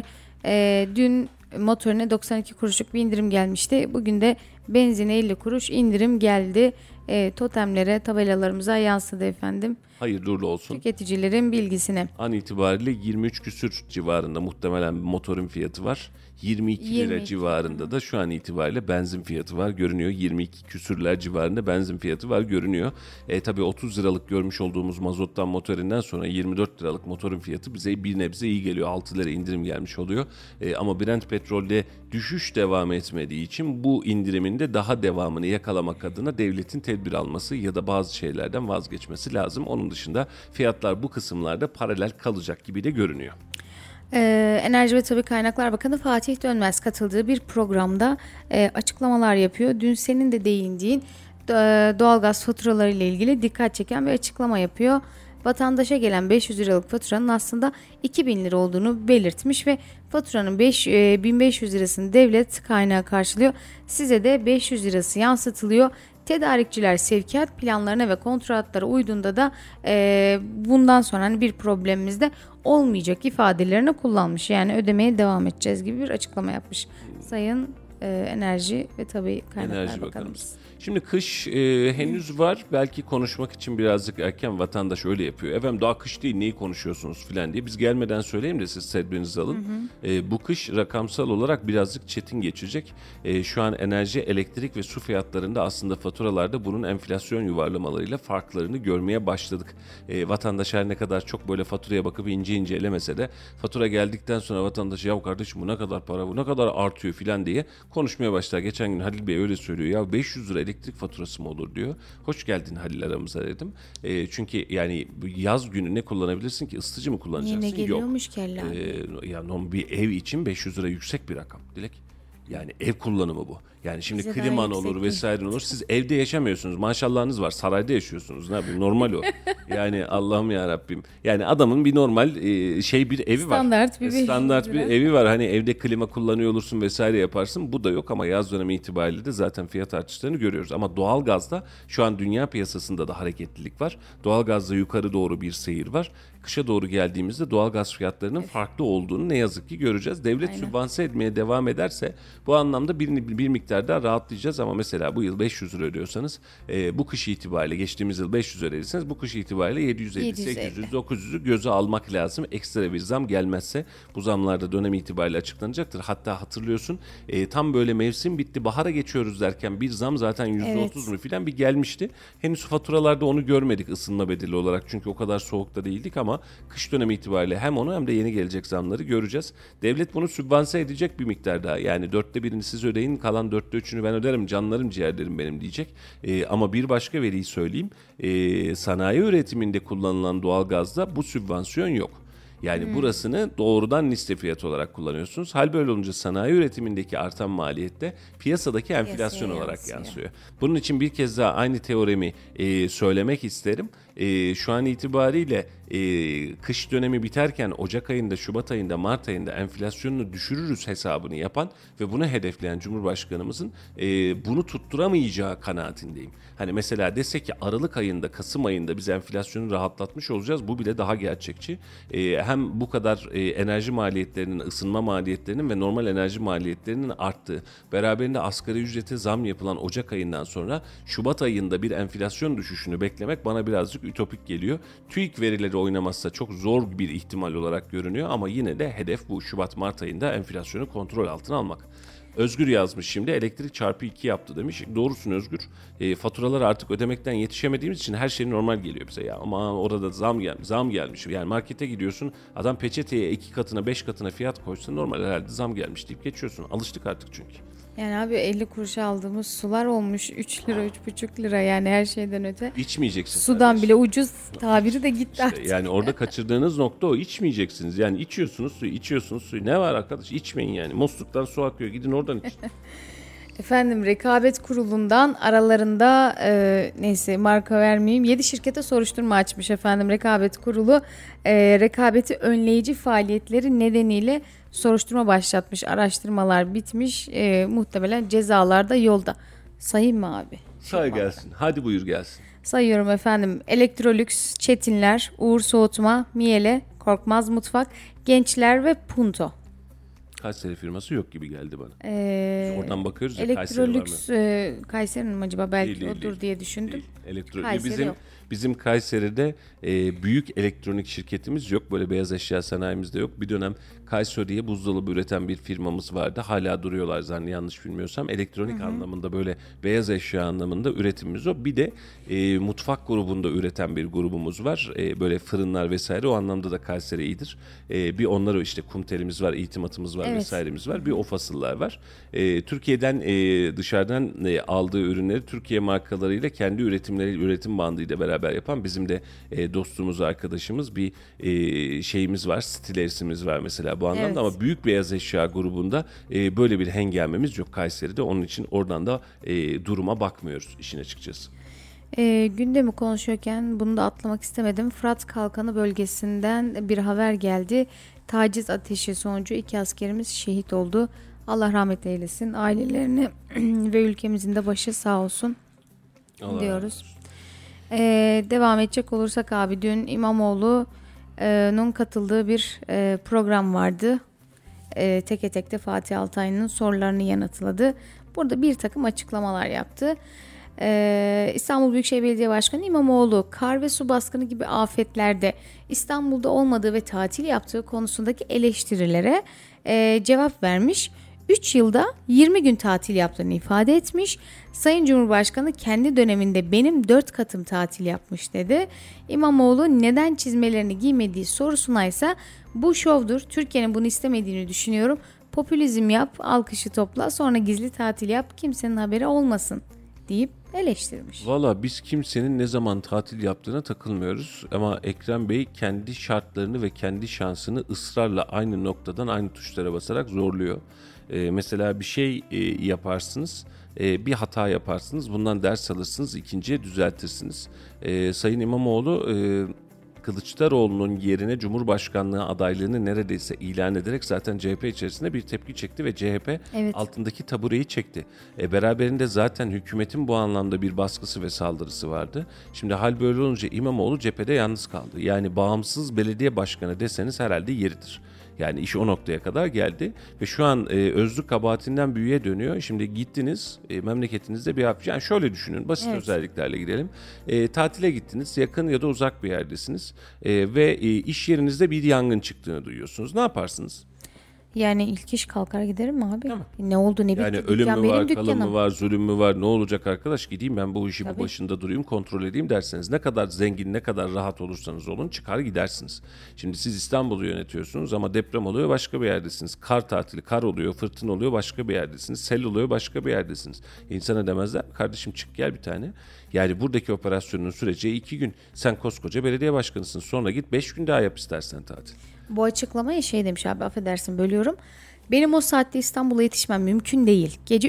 Dün motorine 92 kuruşluk bir indirim gelmişti. Bugün de benzine 50 kuruş indirim geldi. Totemlere, tabelalarımıza yansıdı efendim. Hayırlı uğurlu olsun. Tüketicilerin bilgisine. An itibariyle 23 küsür civarında muhtemelen bir motorun fiyatı var. 22 lira civarında da şu an itibariyle benzin fiyatı var görünüyor. 22 küsürler civarında benzin fiyatı var görünüyor. Tabii 30 liralık görmüş olduğumuz mazottan motorinden sonra 24 liralık motorun fiyatı bize bir nebze iyi geliyor. 6 lira indirim gelmiş oluyor. Ama Brent petrolde düşüş devam etmediği için bu indirimin de daha devamını yakalamak adına devletin tedbir alması ya da bazı şeylerden vazgeçmesi lazım. Onun dışında fiyatlar bu kısımlarda paralel kalacak gibi de görünüyor. Enerji ve Tabii Kaynaklar Bakanı Fatih Dönmez katıldığı bir programda açıklamalar yapıyor. Dün senin de değindiğin doğalgaz faturaları ile ilgili dikkat çeken bir açıklama yapıyor. Vatandaşa gelen 500 liralık faturanın aslında 2000 lira olduğunu belirtmiş ve faturanın 1500 lirasını devlet kaynağı karşılıyor. Size de 500 lirası yansıtılıyor. Tedarikçiler sevkiyat planlarına ve kontratlara uyduğunda da bundan sonra bir problemimiz de olmayacak ifadelerini kullanmış. Yani ödemeye devam edeceğiz gibi bir açıklama yapmış Sayın Enerji ve Tabii Kaynaklar Bakanımız. Şimdi kış henüz var. Belki konuşmak için birazcık erken, vatandaş öyle yapıyor. Efendim daha kış değil, neyi konuşuyorsunuz filan diye. Biz gelmeden söyleyeyim de siz tedbirinizi alın. Bu kış rakamsal olarak birazcık çetin geçecek. Şu an enerji, elektrik ve su fiyatlarında aslında faturalarda bunun enflasyon yuvarlamalarıyla farklarını görmeye başladık. Vatandaş her ne kadar çok böyle faturaya bakıp ince elemese de fatura geldikten sonra vatandaş ya kardeşim bu ne kadar para, bu ne kadar artıyor filan diye konuşmaya başlar. Geçen gün Halil Bey öyle söylüyor, ya 500 lira elektrik faturası mı olur diyor. Hoş geldin Halil aramıza dedim. Çünkü yani yaz günü ne kullanabilirsin ki? Isıtıcı mı kullanacaksın? Yine geliyormuş kelle. Yani bir ev için 500 lira yüksek bir rakam Dilek. Yani ev kullanımı bu. Yani şimdi bize kliman olur vesaire olur. Siz evde yaşamıyorsunuz. Maşallahınız var. Sarayda yaşıyorsunuz. Ne yapayım? Normal o. Yani Allah'ım ya Rabbim. Yani adamın bir normal bir evi var. Standart bir evi var. Hani evde klima kullanıyor olursun vesaire yaparsın. Bu da yok ama yaz dönemi itibariyle de zaten fiyat artışlarını görüyoruz. Ama doğalgazda şu an dünya piyasasında da hareketlilik var. Doğalgazda yukarı doğru bir seyir var. kışa doğru geldiğimizde doğalgaz fiyatlarının farklı olduğunu ne yazık ki göreceğiz. Devlet sübvanse etmeye devam ederse bu anlamda bir miktar daha rahatlayacağız ama mesela bu yıl 500 lira ödüyorsanız bu kış itibariyle geçtiğimiz yıl 500 lira ödediyseniz bu kış itibariyle 750, 800, 900'ü göze almak lazım. Ekstra bir zam gelmezse bu zamlarda dönem itibariyle açıklanacaktır. Hatta hatırlıyorsun tam böyle mevsim bitti, bahara geçiyoruz derken bir zam zaten %30 mu filan bir gelmişti. Henüz faturalarda onu görmedik ısınma bedeli olarak çünkü o kadar soğukta değildik ama kış dönemi itibariyle hem onu hem de yeni gelecek zamları göreceğiz. Devlet bunu sübvanse edecek bir miktar daha. Yani 1/4'ünü siz ödeyin, kalan 3/4'ünü ben öderim, canlarım ciğerlerim benim diyecek. Ama bir başka veriyi söyleyeyim. Sanayi üretiminde kullanılan doğalgazda bu sübvansiyon yok. Yani burasını doğrudan liste fiyat olarak kullanıyorsunuz. Hal böyle olunca sanayi üretimindeki artan maliyette piyasadaki enflasyon olarak yansıyor. Bunun için bir kez daha aynı teoremi söylemek isterim. Şu an itibariyle kış dönemi biterken Ocak ayında, Şubat ayında, Mart ayında enflasyonunu düşürürüz hesabını yapan ve bunu hedefleyen Cumhurbaşkanımızın bunu tutturamayacağı kanaatindeyim. Hani mesela desek ki Aralık ayında, Kasım ayında biz enflasyonu rahatlatmış olacağız. Bu bile daha gerçekçi. Hem bu kadar enerji maliyetlerinin, ısınma maliyetlerinin ve normal enerji maliyetlerinin arttığı, beraberinde asgari ücrete zam yapılan Ocak ayından sonra Şubat ayında bir enflasyon düşüşünü beklemek bana birazcık ütopik geliyor. TÜİK verileri oynamazsa çok zor bir ihtimal olarak görünüyor ama yine de hedef bu Şubat-Mart ayında enflasyonu kontrol altına almak. Özgür yazmış şimdi elektrik çarpı 2 yaptı demiş. Doğrusun Özgür. Faturaları artık ödemekten yetişemediğimiz için her şey normal geliyor bize ya. Ama orada zam gelmiş. Yani markete gidiyorsun adam peçeteye 2 katına 5 katına fiyat koysa normal herhalde zam gelmiş deyip geçiyorsun. Alıştık artık çünkü. Yani abi 50 kuruşa aldığımız sular olmuş 3 lira 3,5 lira yani her şeyden öte. İçmeyeceksin. Sudan kardeşim. bile ucuz tabiri de gitti İşte artık. yani orada kaçırdığınız nokta o, içmeyeceksiniz. Yani içiyorsunuz suyu. Ne var arkadaş? İçmeyin yani. Musluktan su akıyor. Gidin oradan için. Efendim Rekabet Kurulu'ndan aralarında neyse marka vermeyeyim 7 şirkete soruşturma açmış efendim Rekabet Kurulu. Rekabeti önleyici faaliyetleri nedeniyle soruşturma başlatmış. Araştırmalar bitmiş. Muhtemelen cezalar da yolda. Sayayım mı abi? Say gelsin. Hadi buyur gelsin. Sayıyorum efendim. Elektrolüks, Çetinler, Uğur Soğutma, Miele, Korkmaz Mutfak, Gençler ve Punto. Kayseri firması yok gibi geldi bana. Oradan bakıyoruz ya Elektrolüks Kayseri'nin mi acaba? Belki değil, odur diye düşündüm. Kayseri bizim Kayseri'de büyük elektronik şirketimiz yok. Böyle beyaz eşya sanayimiz de yok. Bir dönem Kayseri'ye buzdolabı üreten bir firmamız vardı. Hala duruyorlar zaten yanlış bilmiyorsam. Elektronik anlamında böyle beyaz eşya anlamında üretimimiz o. Bir de mutfak grubunda üreten bir grubumuz var. Böyle fırınlar vesaire o anlamda da Kayseri iyidir. Bir onları işte kumtelimiz var, itimatımız var vesairemiz var. Bir o fasıllar var. Türkiye'den dışarıdan aldığı ürünleri Türkiye markalarıyla kendi üretim bandıyla beraber yapan bizim de dostumuz, arkadaşımız bir şeyimiz var. Stilers'imiz var mesela bu anlamda ama büyük beyaz eşya grubunda böyle bir hengamemiz yok Kayseri'de. Onun için oradan da duruma bakmıyoruz işin açıkçası. Gündemi konuşuyorken bunu da atlamak istemedim. Fırat Kalkanı bölgesinden bir haber geldi. Taciz ateşi sonucu 2 askerimiz şehit oldu. Allah rahmet eylesin. Ailelerine ve ülkemizin de başı sağ olsun diyoruz. Devam edecek olursak abi dün İmamoğlu'nun katıldığı bir program vardı. Teke tekte Fatih Altaylı'nın sorularını yanıtladı. Burada bir takım açıklamalar yaptı. İstanbul Büyükşehir Belediye Başkanı İmamoğlu kar ve su baskını gibi afetlerde İstanbul'da olmadığı ve tatil yaptığı konusundaki eleştirilere cevap vermiş. 3 yılda 20 gün tatil yaptığını ifade etmiş. Sayın Cumhurbaşkanı kendi döneminde benim 4 katım tatil yapmış dedi. İmamoğlu neden çizmelerini giymediği sorusuna ise bu şovdur. Türkiye'nin bunu istemediğini düşünüyorum. Popülizm yap, alkışı topla, sonra gizli tatil yap, kimsenin haberi olmasın deyip eleştirmiş. Valla biz kimsenin ne zaman tatil yaptığına takılmıyoruz ama Ekrem Bey kendi şartlarını ve kendi şansını ısrarla aynı noktadan aynı tuşlara basarak zorluyor. Mesela bir şey yaparsınız, bir hata yaparsınız, bundan ders alırsınız, ikinciye düzeltirsiniz. Sayın İmamoğlu Kılıçdaroğlu'nun yerine Cumhurbaşkanlığı adaylığını neredeyse ilan ederek zaten CHP içerisinde bir tepki çekti ve CHP altındaki tabureyi çekti. Beraberinde zaten hükümetin bu anlamda bir baskısı ve saldırısı vardı. Şimdi hal böyle olunca İmamoğlu cephede yalnız kaldı. Yani bağımsız belediye başkanı deseniz herhalde yeridir. Yani iş o noktaya kadar geldi ve şu an özlük kabahatinden büyüye dönüyor. Şimdi gittiniz memleketinizde yani şöyle düşünün, basit özelliklerle gidelim. Tatile gittiniz, yakın ya da uzak bir yerdesiniz ve iş yerinizde bir yangın çıktığını duyuyorsunuz. Ne yaparsınız? Yani ilk iş kalkar giderim mi abi? Ne oldu ne bitti? Yani ölüm mü var, kalım mı var, zulüm mü var, ne olacak arkadaş, gideyim ben bu işi bu başında durayım, kontrol edeyim derseniz, ne kadar zengin, ne kadar rahat olursanız olun çıkar gidersiniz. Şimdi siz İstanbul'u yönetiyorsunuz ama deprem oluyor başka bir yerdesiniz. Kar tatili, kar oluyor, fırtına oluyor başka bir yerdesiniz. Sel oluyor başka bir yerdesiniz. İnsana demezler kardeşim çık gel bir tane. Yani buradaki operasyonun süreci 2 gün. Sen koskoca belediye başkanısın, sonra git 5 gün daha yap istersen tatil. Bu açıklamaya demiş abi, affedersin bölüyorum. Benim o saatte İstanbul'a yetişmem mümkün değil. Gece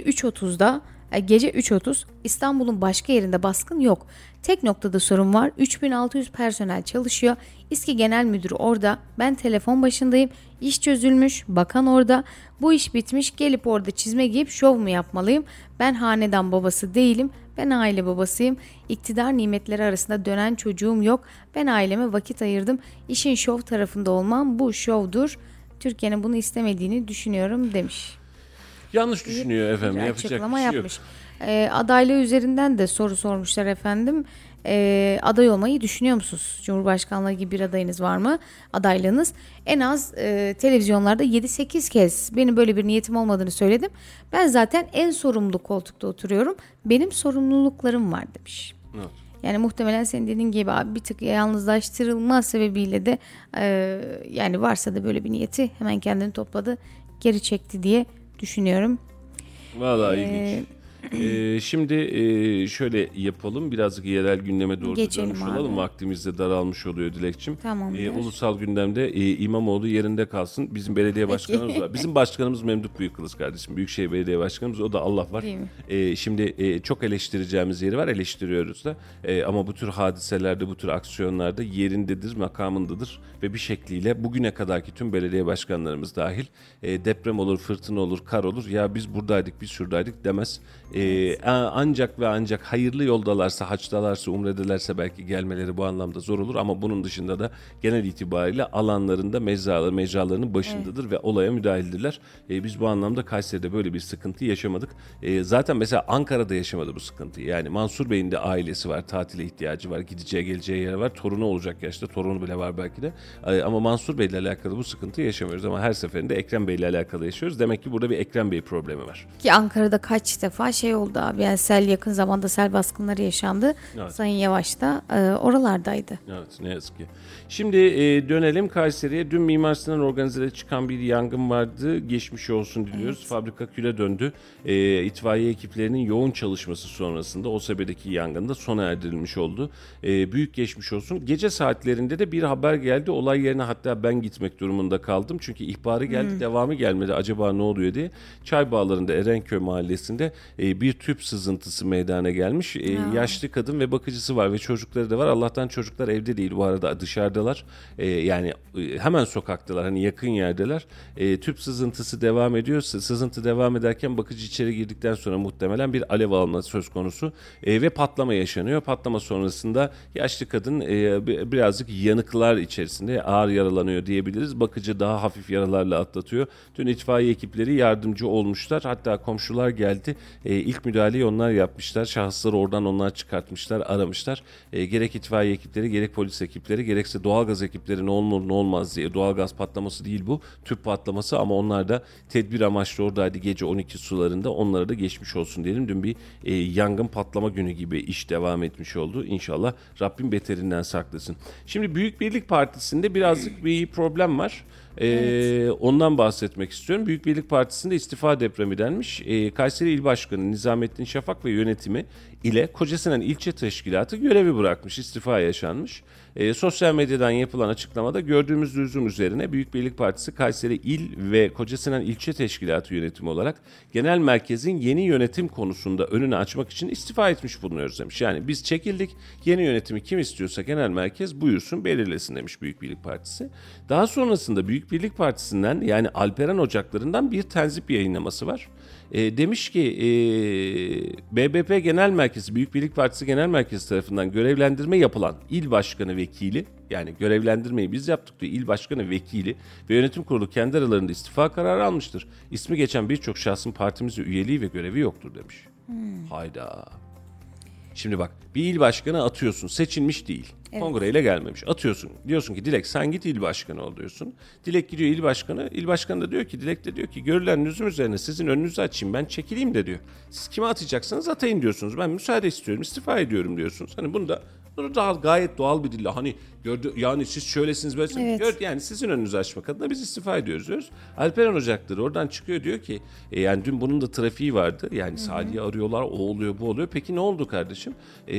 3.30 İstanbul'un başka yerinde baskın yok. Tek noktada sorun var. 3600 personel çalışıyor. İSKİ Genel Müdürü orada. Ben telefon başındayım. İş çözülmüş. Bakan orada. Bu iş bitmiş. Gelip orada çizme giyip şov mu yapmalıyım? Ben hanedan babası değilim. Ben aile babasıyım. İktidar nimetleri arasında dönen çocuğum yok. Ben aileme vakit ayırdım. İşin şov tarafında olmam bu şovdur. Türkiye'nin bunu istemediğini düşünüyorum demiş. Yanlış düşünüyor efendim. Yapacak açıklama bir şey yapmış. Adaylığı üzerinden de soru sormuşlar efendim. Aday olmayı düşünüyor musunuz? Cumhurbaşkanlığı gibi bir adayınız var mı? Adaylığınız. En az televizyonlarda 7-8 kez benim böyle bir niyetim olmadığını söyledim. Ben zaten en sorumlu koltukta oturuyorum. Benim sorumluluklarım var demiş. Evet. Yani muhtemelen senin dediğin gibi abi bir tık yalnızlaştırılma sebebiyle de yani varsa da böyle bir niyeti hemen kendini topladı, geri çekti diye düşünüyorum. Vallahi ilginç. Şimdi şöyle yapalım, birazcık yerel gündeme doğru dönmüş olalım. Vaktimiz de daralmış oluyor Dilekçim. Ulusal gündemde İmamoğlu yerinde kalsın. Bizim belediye başkanımız var. Bizim başkanımız Memduh Büyükkılıç kardeşim. Büyükşehir Belediye Başkanımız, o da Allah var. Şimdi çok eleştireceğimiz yeri var, eleştiriyoruz da. Ama bu tür hadiselerde, bu tür aksiyonlarda yerindedir, makamındadır. Ve bir şekliyle bugüne kadarki tüm belediye başkanlarımız dahil deprem olur, fırtına olur, kar olur. Ya biz buradaydık, biz şuradaydık demez. Ancak ve ancak hayırlı yoldalarsa, haçtalarsa, umredelerse belki gelmeleri bu anlamda zor olur ama bunun dışında da genel itibariyle alanlarında mecralarının başındadır ve olaya müdahildirler. Biz bu anlamda Kayseri'de böyle bir sıkıntı yaşamadık. Zaten mesela Ankara'da yaşamadı bu sıkıntıyı. Yani Mansur Bey'in de ailesi var, tatile ihtiyacı var, gideceği geleceği yer var, torunu olacak yaşta, torunu bile var belki de. Ama Mansur Bey'le alakalı bu sıkıntıyı yaşamıyoruz ama her seferinde Ekrem Bey'le alakalı yaşıyoruz. Demek ki burada bir Ekrem Bey problemi var. Ki Ankara'da kaç defa oldu abi. Yani yakın zamanda sel baskınları yaşandı. Evet. Sayın Yavaş da oralardaydı. Evet, ne yazık ki. Şimdi dönelim Kayseri'ye. Dün Mimar Sinan organizede çıkan bir yangın vardı. Geçmiş olsun diliyoruz. Evet. Fabrika küle döndü. İtfaiye ekiplerinin yoğun çalışması sonrasında o sebedeki yangında sona erdirilmiş oldu. Büyük geçmiş olsun. Gece saatlerinde de bir haber geldi. Olay yerine hatta ben gitmek durumunda kaldım. Çünkü ihbarı geldi, devamı gelmedi. Acaba ne oluyor diye. Çaybağları'nda Erenköy mahallesinde bir tüp sızıntısı meydana gelmiş. Yaşlı kadın ve bakıcısı var ve çocukları da var. Allah'tan çocuklar evde değil bu arada, dışarıdalar. Yani hemen sokaktalar, hani yakın yerdeler. Tüp sızıntısı devam ediyor. Sızıntı devam ederken bakıcı içeri girdikten sonra muhtemelen bir alev alma söz konusu ve patlama yaşanıyor. Patlama sonrasında yaşlı kadın birazcık yanıklar içerisinde ağır yaralanıyor diyebiliriz. Bakıcı daha hafif yaralarla atlatıyor. Dün itfaiye ekipleri yardımcı olmuşlar. Hatta komşular geldi. İlk müdahaleyi onlar yapmışlar. Şahısları oradan onlar çıkartmışlar, aramışlar. Gerek itfaiye ekipleri, gerek polis ekipleri, gerekse doğalgaz ekipleri ne olur ne olmaz diye. Doğalgaz patlaması değil bu, tüp patlaması ama onlar da tedbir amaçlı oradaydı gece 12 sularında. Onlara da geçmiş olsun diyelim. Dün bir yangın patlama günü gibi iş devam etmiş oldu. İnşallah Rabbim beterinden saklasın. Şimdi Büyük Birlik Partisi'nde birazcık bir problem var. Ondan bahsetmek istiyorum. Büyük Birlik Partisi'nde istifa depremi denmiş. Kayseri İl Başkanı Nizamettin Şafak ve yönetimi ile Kocasinan İlçe Teşkilatı görevi bırakmış. İstifa yaşanmış. Sosyal medyadan yapılan açıklamada gördüğümüz lüzum üzerine Büyük Birlik Partisi Kayseri İl ve Kocasinan İlçe Teşkilatı yönetimi olarak genel merkezin yeni yönetim konusunda önünü açmak için istifa etmiş bulunuyoruz demiş. Yani biz çekildik, yeni yönetimi kim istiyorsa genel merkez buyursun belirlesin demiş Büyük Birlik Partisi. Daha sonrasında Büyük Birlik Partisi'nden yani Alperen Ocakları'ndan bir tenzip yayınlaması var. Demiş ki BBP Genel Merkezi, Büyük Birlik Partisi Genel Merkezi tarafından görevlendirme yapılan il başkanı vekili, yani görevlendirmeyi biz yaptık diyor, il başkanı vekili ve yönetim kurulu kendi aralarında istifa kararı almıştır. İsmi geçen birçok şahsın partimizde üyeliği ve görevi yoktur demiş. Hayda. Şimdi bak, bir il başkanı atıyorsun, seçilmiş değil. Evet. Kongreyle gelmemiş. Atıyorsun. Diyorsun ki Dilek sen git il başkanı ol diyorsun. Dilek gidiyor il başkanı. İl başkanı da diyor ki, Dilek de diyor ki görülen lüzum üzerine sizin önünüzü açayım, ben çekileyim de diyor. Siz kime atacaksınız atayın diyorsunuz. Ben müsaade istiyorum, istifa ediyorum diyorsunuz. Hani bunu daha gayet doğal bir dille, hani yani siz şöylesiniz böylesiniz. Evet. Yani sizin önünüzü açmak adına biz istifa ediyoruz diyoruz. Alperen Ocakları oradan çıkıyor, diyor ki yani dün bunun da trafiği vardı. Yani Salih'i arıyorlar, o oluyor bu oluyor. Peki ne oldu kardeşim?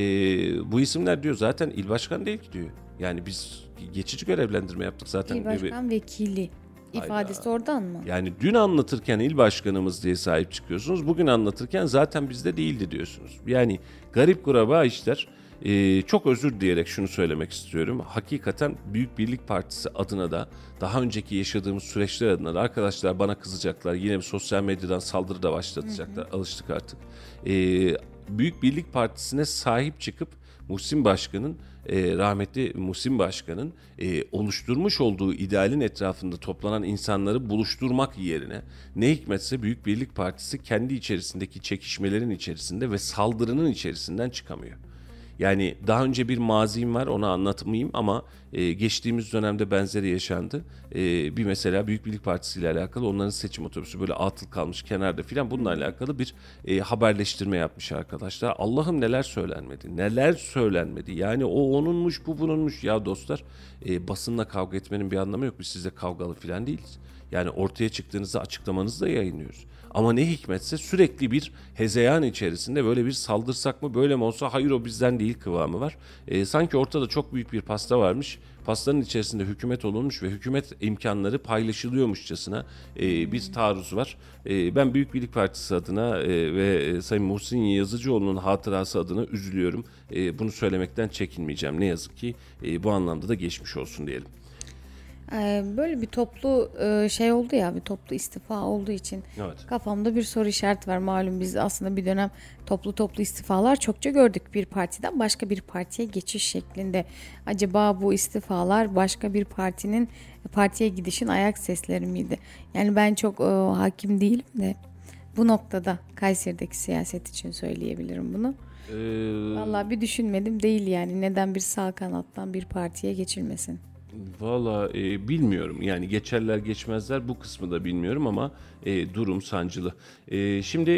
Bu isimler diyor zaten il başkanı değil ki diyor. Yani biz geçici görevlendirme yaptık zaten. İl başkan vekili ifadesi oradan mı? Yani dün anlatırken il başkanımız diye sahip çıkıyorsunuz. Bugün anlatırken zaten bizde değildi diyorsunuz. Yani garip kuraba işler. Çok özür dileyerek şunu söylemek istiyorum. Hakikaten Büyük Birlik Partisi adına da daha önceki yaşadığımız süreçler adına da arkadaşlar bana kızacaklar. Yine sosyal medyadan saldırı da başlatacaklar. Alıştık artık. Büyük Birlik Partisi'ne sahip çıkıp Muhsin Başkan'ın, rahmetli Muhsin Başkan'ın oluşturmuş olduğu idealin etrafında toplanan insanları buluşturmak yerine ne hikmetse Büyük Birlik Partisi kendi içerisindeki çekişmelerin içerisinde ve saldırının içerisinden çıkamıyor. Yani daha önce bir mazim var, onu anlatmayayım ama geçtiğimiz dönemde benzeri yaşandı. Bir mesela Büyük Birlik Partisi ile alakalı onların seçim otobüsü böyle atıl kalmış kenarda filan, bununla alakalı bir haberleştirme yapmış arkadaşlar. Allah'ım neler söylenmedi. Yani o onunmuş, bu bununmuş. Ya dostlar, basınla kavga etmenin bir anlamı yok. Biz sizle kavgalı filan değiliz. Yani ortaya çıktığınızda açıklamanızı da yayınlıyoruz. Ama ne hikmetse sürekli bir hezeyan içerisinde böyle bir saldırsak mı, böyle mi olsa, hayır o bizden değil kıvamı var. Sanki ortada çok büyük bir pasta varmış. Pastanın içerisinde hükümet olunmuş ve hükümet imkanları paylaşılıyormuşçasına bir taarruz var. Ben Büyük Birlik Partisi adına ve Sayın Muhsin Yazıcıoğlu'nun hatırası adına üzülüyorum. Bunu söylemekten çekinmeyeceğim. Ne yazık ki bu anlamda da geçmiş olsun diyelim. Böyle bir toplu şey oldu ya, bir toplu istifa olduğu için kafamda bir soru işareti var. Malum biz aslında bir dönem toplu istifalar çokça gördük, bir partiden başka bir partiye geçiş şeklinde. Acaba bu istifalar başka bir partinin partiye gidişin ayak sesleri miydi? Yani ben çok hakim değilim de bu noktada Kayseri'deki siyaset için söyleyebilirim bunu. Vallahi bir düşünmedim değil yani, neden bir sağ kanattan bir partiye geçilmesin? Valla bilmiyorum yani, geçerler geçmezler bu kısmı da bilmiyorum ama durum sancılı. Şimdi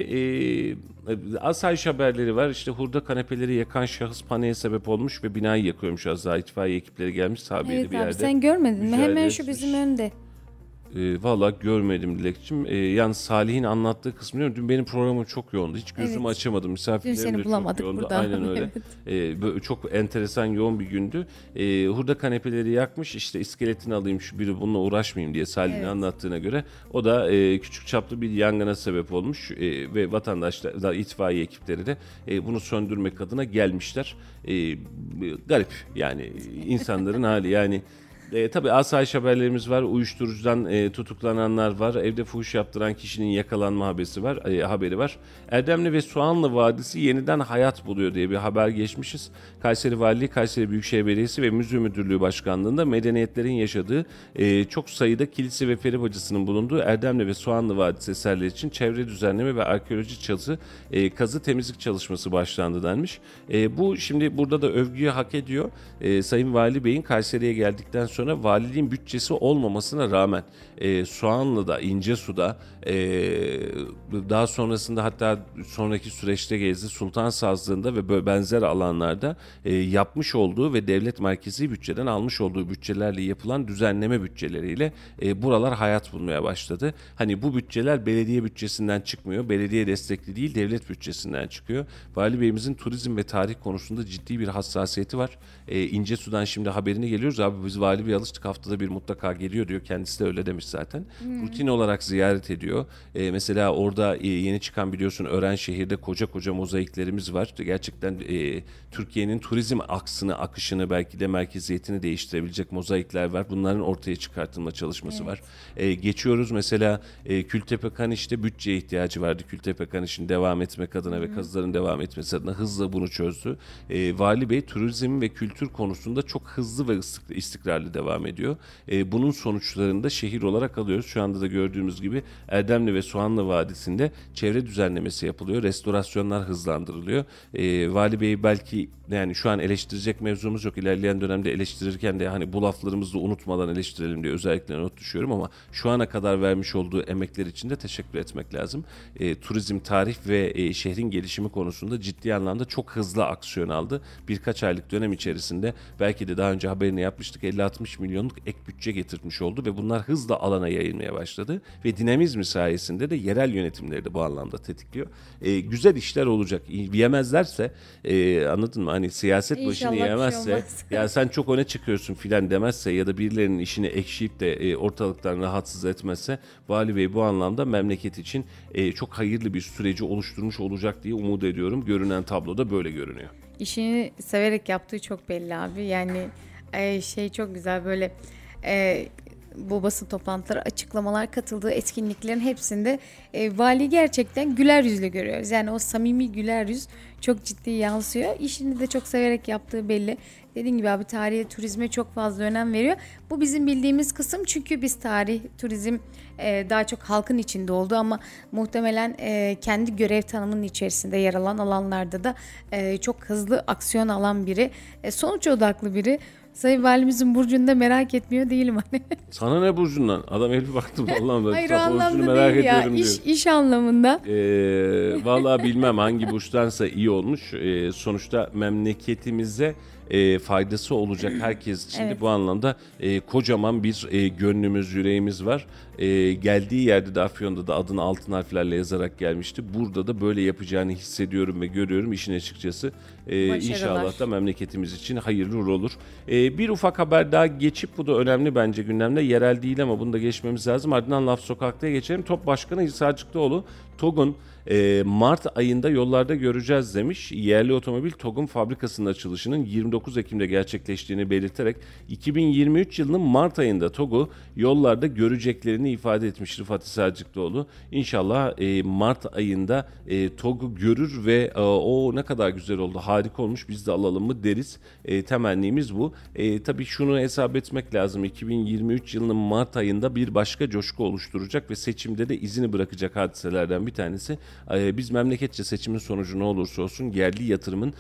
asayiş haberleri var. İşte hurda kanepeleri yakan şahıs paniğe sebep olmuş ve binayı yakıyormuş, az daha itfaiye ekipleri gelmiş haberi bir yerde. Evet abi, sen görmedin mi? Hemen şu bizim önde. Valla görmedim Dilekçim. Yalnız Salih'in anlattığı kısmını dün benim programım çok yoğundu. Hiç gözümü açamadım. Misafirlerim de çok yoğundu. Burada. Aynen öyle. Böyle çok enteresan yoğun bir gündü. Hurda kanepeleri yakmış. İşte iskeletini alayım şu biri, bununla uğraşmayayım diye Salih'in anlattığına göre. O da küçük çaplı bir yangına sebep olmuş. Ve vatandaşlar, itfaiye ekipleri de bunu söndürmek adına gelmişler. Garip yani insanların hali yani. Tabii asayiş haberlerimiz var. Uyuşturucudan tutuklananlar var. Evde fuhuş yaptıran kişinin yakalanma haberi var. Erdemli ve Soğanlı Vadisi yeniden hayat buluyor diye bir haber geçmişiz. Kayseri Valiliği, Kayseri Büyükşehir Belediyesi ve Müze Müdürlüğü Başkanlığı'nda medeniyetlerin yaşadığı çok sayıda kilise ve peri bacasının bulunduğu Erdemli ve Soğanlı Vadisi eserleri için çevre düzenleme ve arkeoloji kazı temizlik çalışması başlandı denmiş. Bu şimdi burada da övgüyü hak ediyor. Sayın Vali Bey'in Kayseri'ye geldikten sonra sonra valiliğin bütçesi olmamasına rağmen Soğanlı'da, İncesu'da, daha sonrasında hatta sonraki süreçte gezdi Sultansazlığı'nda ve benzer alanlarda yapmış olduğu ve devlet merkezi bütçeden almış olduğu bütçelerle yapılan düzenleme bütçeleriyle buralar hayat bulmaya başladı. Hani bu bütçeler belediye bütçesinden çıkmıyor, belediye destekli değil, devlet bütçesinden çıkıyor. Vali Bey'imizin turizm ve tarih konusunda ciddi bir hassasiyeti var. İncesu'dan şimdi haberine geliyoruz. Abi biz Vali Bey'e alıştık, haftada bir mutlaka geliyor diyor. Kendisi de öyle demiş zaten. Rutin olarak ziyaret ediyor. Mesela orada yeni çıkan biliyorsun Örenşehir'de koca mozaiklerimiz var. Gerçekten Türkiye'nin turizm akışını belki de merkeziyetini değiştirebilecek mozaikler var. Bunların ortaya çıkartılma çalışması var. Geçiyoruz mesela Kültepe Kaniş'te bütçeye ihtiyacı vardı. Kültepe Kaniş'in devam etmek adına ve kazıların devam etmesi adına hızla bunu çözdü. Vali Bey turizm ve kültür konusunda çok hızlı ve istikrarlı devam ediyor. Bunun sonuçlarını da şehir olarak alıyoruz. Şu anda da gördüğümüz gibi Erdemli ve Soğanlı Vadisi'nde çevre düzenlemesi yapılıyor. Restorasyonlar hızlandırılıyor. Vali Bey belki yani şu an eleştirecek mevzumuz yok. İlerleyen dönemde eleştirirken de hani bu laflarımızı da unutmadan eleştirelim diye özellikle not düşüyorum ama şu ana kadar vermiş olduğu emekler için de teşekkür etmek lazım. Turizm, tarih ve şehrin gelişimi konusunda ciddi anlamda çok hızlı aksiyon aldı. Birkaç aylık dönem içerisinde belki de daha önce haberini yapmıştık 50-60 milyonluk ek bütçe getirtmiş oldu ve bunlar hızla alana yayılmaya başladı ve dinamizmi sayesinde de yerel yönetimleri de bu anlamda tetikliyor. Güzel işler olacak. Yemezlerse anladın mı? Hani siyaset başını yemezse ya sen çok öne çıkıyorsun filan demezse ya da birilerinin işini ekşiyip de ortalıktan rahatsız etmezse Vali Bey bu anlamda memleket için çok hayırlı bir süreci oluşturmuş olacak diye umut ediyorum. Görünen tabloda böyle görünüyor. İşini severek yaptığı çok belli abi. Yani çok güzel böyle bu basın toplantıları, açıklamalar, katıldığı etkinliklerin hepsinde vali gerçekten güler yüzle görüyoruz. Yani o samimi güler yüz çok ciddi yansıyor. İşini de çok severek yaptığı belli. Dediğim gibi abi tarihe, turizme çok fazla önem veriyor. Bu bizim bildiğimiz kısım çünkü biz tarih, turizm daha çok halkın içinde oldu ama muhtemelen kendi görev tanımının içerisinde yer alan alanlarda da çok hızlı aksiyon alan biri, sonuç odaklı biri. Sayın Valimizin burcunda merak etmiyor değilim hani. Sana ne burcundan? Adam elbi baktım vallahi böyle. Hayır o anlamda değil ya. İş anlamında. Vallahi bilmem hangi burçtansa iyi olmuş. Sonuçta memleketimize faydası olacak herkes için de bu anlamda kocaman bir gönlümüz, yüreğimiz var. Geldiği yerde de Afyon'da da adını altın harflerle yazarak gelmişti. Burada da böyle yapacağını hissediyorum ve görüyorum işin açıkçası. İnşallah da memleketimiz için hayırlı uğurlu olur. Bir ufak haber daha geçip bu da önemli bence gündemde. Yerel değil ama bunu da geçmemiz lazım. Ardından Laf Sokak'ta geçelim. Top Başkanı İsa Açıklıoğlu TOG'un Mart ayında yollarda göreceğiz demiş. Yerli otomobil TOG'un fabrikasının açılışının 29 Ekim'de gerçekleştiğini belirterek 2023 yılının Mart ayında TOG'u yollarda göreceklerini ifade etmiş Rıfat İsa Açıklıoğlu. İnşallah Mart ayında TOG'u görür ve o ne kadar güzel oldu, harika olmuş, biz de alalım mı deriz. Temennimiz bu. Tabii şunu hesap etmek lazım. 2023 yılının Mart ayında bir başka coşku oluşturacak ve seçimde de izini bırakacak hadiselerden bir tanesi. Biz memleketçe seçimin sonucu ne olursa olsun yerli yatırımın,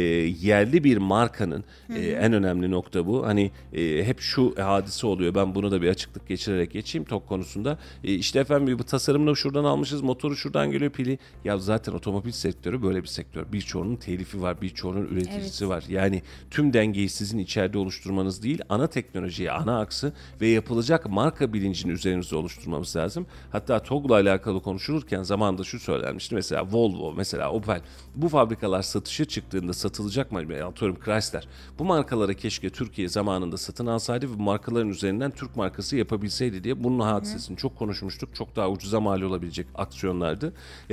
yerli bir markanın en önemli nokta bu. Hani hep şu hadise oluyor. Ben bunu da bir açıklık geçirerek geçeyim TOG konusunda. İşte efendim bu tasarımını şuradan almışız, motoru şuradan geliyor, pili. Ya zaten otomobil sektörü böyle bir sektör. Birçoğunun telifi var, birçoğunun üreticisi var. Yani tüm dengeyi sizin içeride oluşturmanız değil, ana teknolojiye, ana aksı ve yapılacak marka bilincini üzerinizde oluşturmamız lazım. Hatta TOG'la alakalı konuşulurken zamanında şu söylenmişti. Mesela Volvo, mesela Opel. Bu fabrikalar satışa çıktığında satılacak mı? Atıyorum Chrysler. Bu markalara keşke Türkiye zamanında satın alsaydı ve bu markaların üzerinden Türk markası yapabilseydi diye bunun hadisesini çok konuşmuştuk. Çok daha ucuza mal olabilecek aksiyonlardı.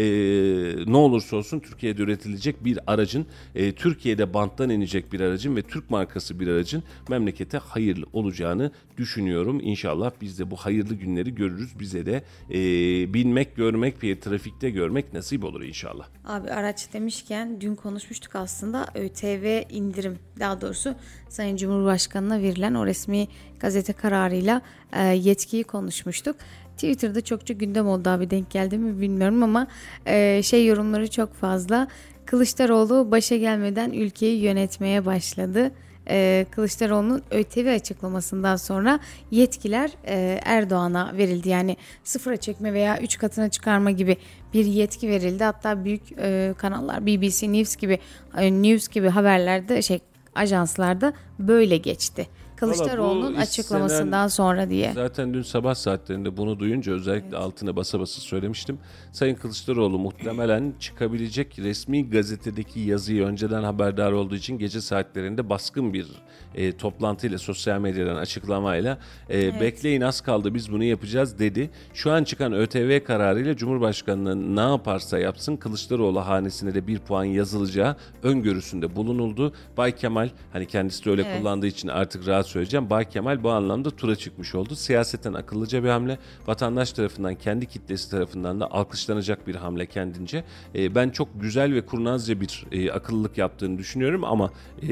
Ne olursa olsun Türkiye'de üretilecek bir aracın, Türkiye'de banttan inecek bir aracın ve Türk markası bir aracın memlekete hayırlı olacağını düşünüyorum. İnşallah biz de bu hayırlı günleri görürüz. Bize de binmek, görmek, trafikte görmek nasip olur inşallah. Abi araç demişken dün konuşmuştuk aslında ÖTV indirim, daha doğrusu Sayın Cumhurbaşkanı'na verilen o resmi gazete kararıyla yetkiyi konuşmuştuk. Twitter'da çokça gündem oldu abi, denk geldi mi bilmiyorum ama yorumları çok fazla. Kılıçdaroğlu başa gelmeden ülkeyi yönetmeye başladı. Kılıçdaroğlu'nun ÖTV açıklamasından sonra yetkiler Erdoğan'a verildi. Yani sıfıra çekme veya 3 katına çıkarma gibi bir yetki verildi. Hatta büyük kanallar BBC News gibi haberlerde ajanslarda böyle geçti. Kılıçdaroğlu'nun açıklamasından sonra diye. Zaten dün sabah saatlerinde bunu duyunca özellikle altına basa basa söylemiştim. Sayın Kılıçdaroğlu muhtemelen çıkabilecek resmi gazetedeki yazıyı önceden haberdar olduğu için gece saatlerinde baskın bir toplantıyla, sosyal medyadan açıklamayla bekleyin az kaldı biz bunu yapacağız dedi. Şu an çıkan ÖTV kararıyla Cumhurbaşkanı'nın ne yaparsa yapsın Kılıçdaroğlu hanesine de 1 puan yazılacağı öngörüsünde bulunuldu. Bay Kemal, hani kendisi de öyle kullandığı için artık rahat söyleyeceğim. Bay Kemal bu anlamda tura çıkmış oldu. Siyaseten akıllıca bir hamle. Vatandaş tarafından, kendi kitlesi tarafından da alkışlanacak bir hamle kendince. Ben çok güzel ve kurnazca bir akıllılık yaptığını düşünüyorum ama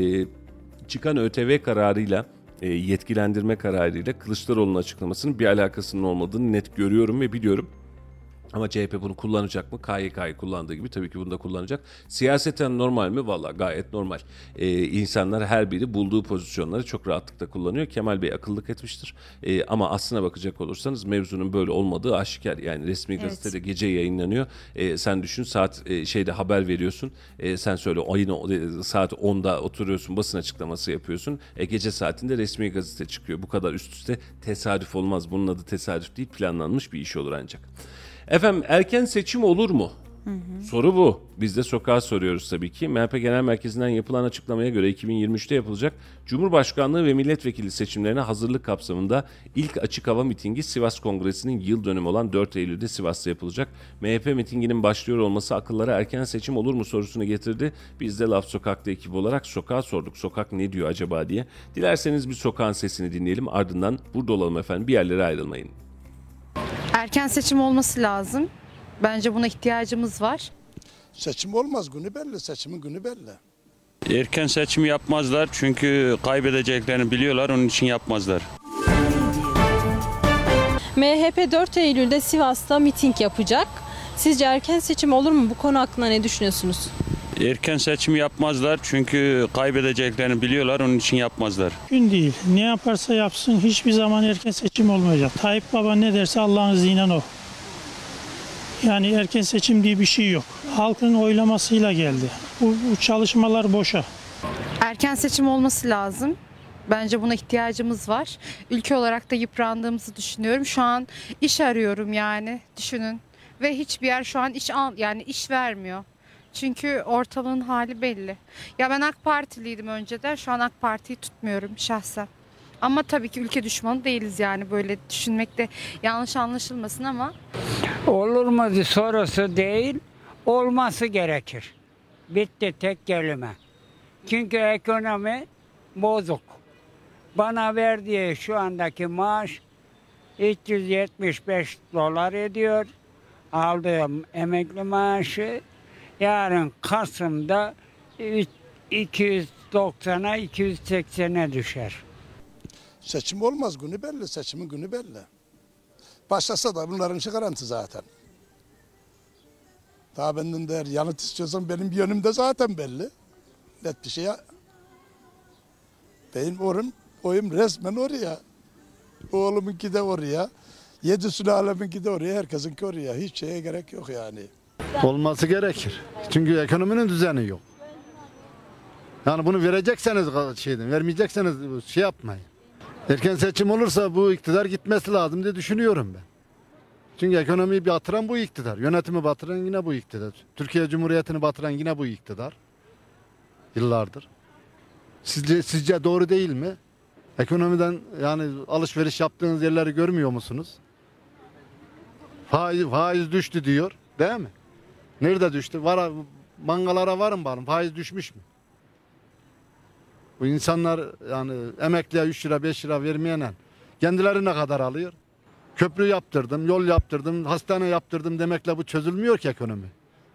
çıkan ÖTV kararıyla, yetkilendirme kararıyla Kılıçdaroğlu'nun açıklamasının bir alakasının olmadığını net görüyorum ve biliyorum. Ama CHP bunu kullanacak mı? KYK'yı kullandığı gibi tabii ki bunu da kullanacak. Siyaseten normal mi? Vallahi gayet normal. İnsanlar her biri bulduğu pozisyonları çok rahatlıkla kullanıyor. Kemal Bey akıllık etmiştir. Ama aslına bakacak olursanız mevzunun böyle olmadığı aşikar. Yani resmi gazetede gece yayınlanıyor. Sen düşün saat haber veriyorsun. Sen söyle yine saat 10'da oturuyorsun, basın açıklaması yapıyorsun. Gece saatinde resmi gazete çıkıyor. Bu kadar üst üste tesadüf olmaz. Bunun adı tesadüf değil, planlanmış bir iş olur ancak. Efendim erken seçim olur mu? Soru bu. Biz de sokağa soruyoruz tabii ki. MHP Genel Merkezi'nden yapılan açıklamaya göre 2023'te yapılacak Cumhurbaşkanlığı ve milletvekili seçimlerine hazırlık kapsamında ilk açık hava mitingi Sivas Kongresi'nin yıl dönümü olan 4 Eylül'de Sivas'ta yapılacak. MHP mitinginin başlıyor olması akıllara erken seçim olur mu sorusunu getirdi. Biz de Laf Sokak'ta ekip olarak sokağa sorduk. Sokak ne diyor acaba diye. Dilerseniz bir sokağın sesini dinleyelim. Ardından burada olalım efendim. Bir yerlere ayrılmayın. Erken seçim olması lazım. Bence buna ihtiyacımız var. Seçim olmaz, günü belli. Seçimin günü belli. Erken seçim yapmazlar çünkü kaybedeceklerini biliyorlar, onun için yapmazlar. MHP 4 Eylül'de Sivas'ta miting yapacak. Sizce erken seçim olur mu? Bu konu hakkında ne düşünüyorsunuz? Erken seçim yapmazlar çünkü kaybedeceklerini biliyorlar, onun için yapmazlar. Gün değil. Ne yaparsa yapsın hiçbir zaman erken seçim olmayacak. Tayyip Baba ne derse Allah'ın izniyle o. Yani erken seçim diye bir şey yok. Halkın oylamasıyla geldi. Bu çalışmalar boşa. Erken seçim olması lazım. Bence buna ihtiyacımız var. Ülke olarak da yıprandığımızı düşünüyorum. Şu an iş arıyorum yani düşünün. Ve hiçbir yer şu an iş vermiyor. Çünkü ortalığın hali belli. Ya ben AK Partiliydim önceden. Şu an AK Parti'yi tutmuyorum şahsen. Ama tabii ki ülke düşmanı değiliz yani. Böyle düşünmek de yanlış anlaşılmasın ama. Olur mu sorusu değil, olması gerekir. Bitti tek kelime. Çünkü ekonomi bozuk. Bana verdiği şu andaki maaş 375 dolar ediyor. Aldığım emekli maaşı yarın Kasım'da 290'a 280'e düşer. Seçim olmaz, günü belli. Seçimin günü belli. Başlasa da bunların işi garanti zaten. Daha benden de yanıt istiyorsan benim bir yönüm de zaten belli. Net bir şey. Benim oyum resmen oraya. Oğlumunki de oraya. 7 sülaleminki de oraya. Herkesinki oraya. Hiç şeye gerek yok yani. Olması gerekir. Çünkü ekonominin düzeni yok. Yani bunu verecekseniz vermeyecekseniz şey yapmayın. Erken seçim olursa bu iktidar gitmesi lazım diye düşünüyorum ben. Çünkü ekonomiyi batıran bu iktidar. Yönetimi batıran yine bu iktidar. Türkiye Cumhuriyeti'ni batıran yine bu iktidar. Yıllardır. Sizce doğru değil mi? Ekonomiden yani alışveriş yaptığınız yerleri görmüyor musunuz? Faiz düştü diyor. Değil mi? Nerede düştü? Mangalara varın bakalım. Faiz düşmüş mü? Bu insanlar yani emekliye 3 lira 5 lira vermeyene kendileri ne kadar alıyor? Köprü yaptırdım, yol yaptırdım, hastane yaptırdım demekle bu çözülmüyor ki ekonomi.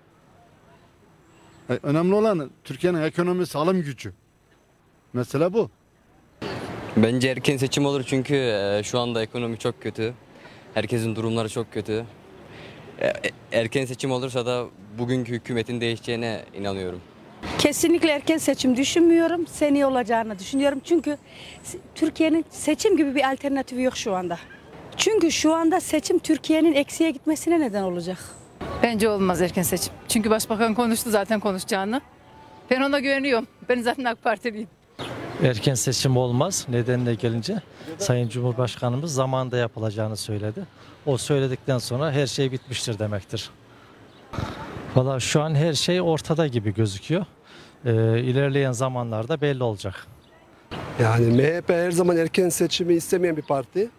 Önemli olan Türkiye'nin ekonomisi, alım gücü. Mesele bu. Bence erken seçim olur çünkü şu anda ekonomi çok kötü. Herkesin durumları çok kötü. Erken seçim olursa da bugünkü hükümetin değişeceğine inanıyorum. Kesinlikle erken seçim düşünmüyorum. Seneye olacağını düşünüyorum. Çünkü Türkiye'nin seçim gibi bir alternatifi yok şu anda. Çünkü şu anda seçim Türkiye'nin eksiye gitmesine neden olacak. Bence olmaz erken seçim. Çünkü başbakan konuştu zaten konuşacağını. Ben ona güveniyorum. Ben zaten AK Partiliyim. Erken seçim olmaz. Nedenle gelince Sayın Cumhurbaşkanımız zamanında yapılacağını söyledi. O söyledikten sonra her şey bitmiştir demektir. Valla şu an her şey ortada gibi gözüküyor. İlerleyen zamanlarda belli olacak. Yani MHP her zaman erken seçimi istemeyen bir parti.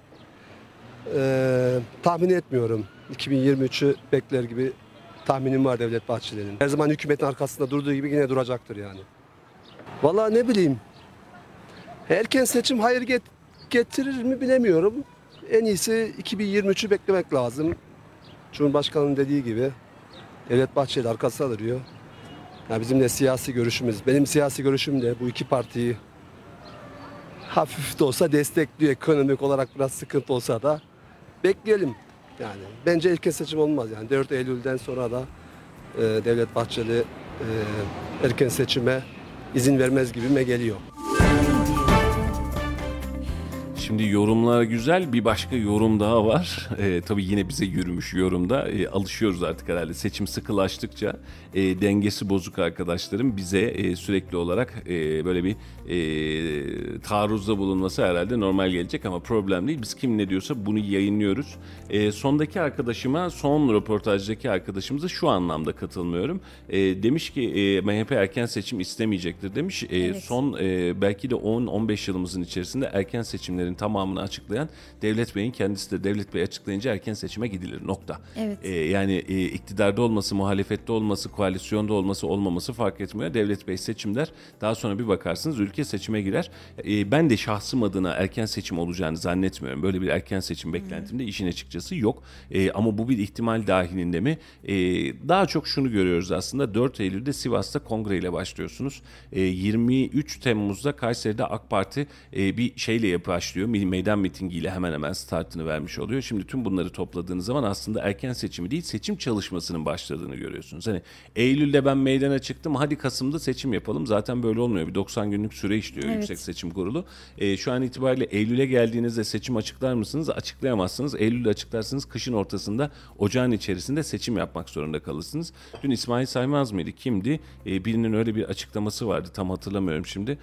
Tahmin etmiyorum. 2023'ü bekler gibi tahminim var Devlet Bahçeli'nin. Her zaman hükümetin arkasında durduğu gibi yine duracaktır yani. Vallahi ne bileyim. Erken seçim hayır getirir mi bilemiyorum. En iyisi 2023'ü beklemek lazım. Cumhurbaşkanı'nın dediği gibi Devlet Bahçeli arkasında duruyor. Yani bizim de siyasi görüşümüz, benim siyasi görüşüm de bu iki partiyi hafif de olsa destekliyor. Ekonomik olarak biraz sıkıntı olsa da bekleyelim. Yani bence erken seçim olmaz. Yani 4 Eylül'den sonra da Devlet Bahçeli erken seçime izin vermez gibime geliyor. Şimdi yorumlar güzel, bir başka yorum daha var. Tabii yine bize yürümüş yorumda. Alışıyoruz artık herhalde. Seçim sıkılaştıkça dengesi bozuk arkadaşlarım bize sürekli olarak böyle bir taarruzda bulunması herhalde normal gelecek ama problem değil. Biz kim ne diyorsa bunu yayınlıyoruz. Sondaki arkadaşıma, son röportajdaki arkadaşımıza şu anlamda katılmıyorum. Demiş ki MHP erken seçim istemeyecektir demiş. Evet. Son belki de 10-15 yılımızın içerisinde erken seçimlerin tamamını açıklayan Devlet Bey'in kendisidir. Devlet Bey açıklayınca erken seçime gidilir. Nokta. Evet. Yani iktidarda olması, muhalefette olması, koalisyonda olması, olmaması fark etmiyor. Devlet Bey seçim der. Daha sonra bir bakarsınız ülke seçime girer. Ben de şahsım adına erken seçim olacağını zannetmiyorum. Böyle bir erken seçim beklentimde işin açıkçası yok. Ama bu bir ihtimal dahilinde mi? Daha çok şunu görüyoruz aslında. 4 Eylül'de Sivas'ta kongreyle başlıyorsunuz. 23 Temmuz'da Kayseri'de AK Parti bir şeyle başlıyor. Meydan mitingiyle hemen hemen startını vermiş oluyor. Şimdi tüm bunları topladığınız zaman aslında erken seçimi değil, seçim çalışmasının başladığını görüyorsunuz. Hani Eylül'de ben meydana çıktım, hadi Kasım'da seçim yapalım. Zaten böyle olmuyor. Bir 90 günlük süre işliyor Yüksek Seçim Kurulu. Şu an itibariyle Eylül'e geldiğinizde seçim açıklar mısınız? Açıklayamazsınız. Eylül'de açıklarsınız. Kışın ortasında, ocağın içerisinde seçim yapmak zorunda kalırsınız. Dün İsmail Saymaz mıydı? Kimdi? Birinin öyle bir açıklaması vardı. Tam hatırlamıyorum şimdi.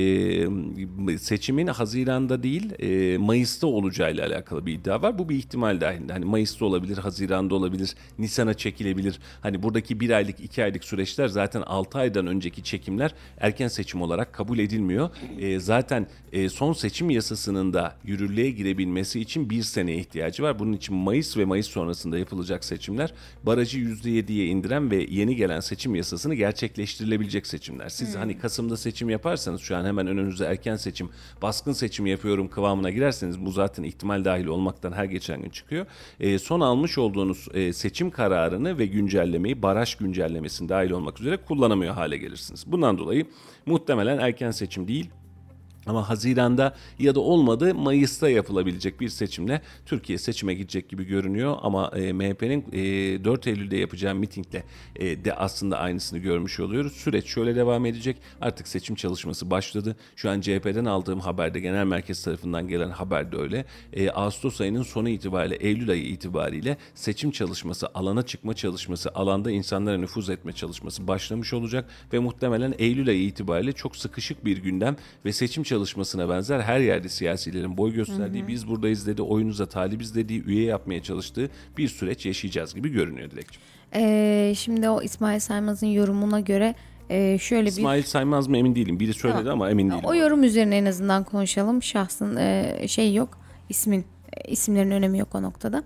Seçimin Haziran'da değil, Mayıs'ta olacağıyla alakalı bir iddia var. Bu bir ihtimal dahilinde. Hani Mayıs'ta olabilir, Haziran'da olabilir, Nisan'a çekilebilir. Hani buradaki 1 aylık, 2 aylık süreçler zaten 6 aydan önceki çekimler erken seçim olarak kabul edilmiyor. Zaten son seçim yasasının da yürürlüğe girebilmesi için 1 seneye ihtiyacı var. Bunun için Mayıs ve Mayıs sonrasında yapılacak seçimler barajı %7'ye indiren ve yeni gelen seçim yasasını gerçekleştirilebilecek seçimler. Siz hani Kasım'da seçim yaparsanız, şu an hemen önünüzde erken seçim, baskın seçim yapıyorum kıvamına girerseniz, bu zaten ihtimal dahil olmaktan her geçen gün çıkıyor. Son almış olduğunuz seçim kararını ve güncellemeyi, baraj güncellemesini dahil olmak üzere kullanamıyor hale gelirsiniz. Bundan dolayı muhtemelen erken seçim değil, ama Haziran'da ya da olmadı Mayıs'ta yapılabilecek bir seçimle Türkiye seçime gidecek gibi görünüyor. Ama MHP'nin 4 Eylül'de yapacağı mitingle de aslında aynısını görmüş oluyoruz. Süreç şöyle devam edecek. Artık seçim çalışması başladı. Şu an CHP'den aldığım haberde, genel merkez tarafından gelen haber de öyle. Ağustos ayının sonu itibariyle, Eylül ayı itibariyle seçim çalışması, alana çıkma çalışması, alanda insanlara nüfuz etme çalışması başlamış olacak ve muhtemelen Eylül ayı itibariyle çok sıkışık bir gündem ve seçim çalışmasına benzer her yerde siyasilerin boy gösterdiği, biz buradayız dedi, oyunuza talibiz dediği, üye yapmaya çalıştığı bir süreç yaşayacağız gibi görünüyor Dilekçim. Şimdi o İsmail Saymaz'ın yorumuna göre şöyle İsmail Saymaz mı emin değilim. Biri söyledi ama emin değilim. O yorum üzerine en azından konuşalım. Şahsın şey yok. İsimlerin önemi yok o noktada.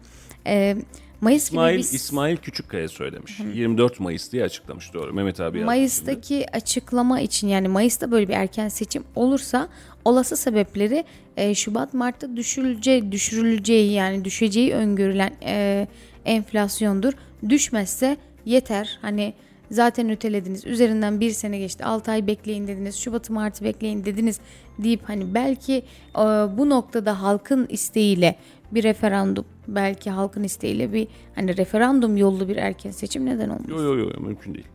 Mayıs gibi İsmail Küçükkaya söylemiş. 24 Mayıs diye açıklamış, doğru. Mehmet abi Mayıs'taki açıklama için, yani Mayıs'ta böyle bir erken seçim olursa olası sebepleri Şubat Mart'ta düşürüleceği, yani düşeceği öngörülen enflasyondur. Düşmezse yeter. Hani zaten ötelediniz. Üzerinden 1 sene geçti. 6 ay bekleyin dediniz. Şubat'ı Mart'ı bekleyin dediniz deyip hani belki bu noktada halkın isteğiyle bir referandum, belki halkın isteğiyle bir hani referandum yollu bir erken seçim neden olmaz? Yok mümkün değil.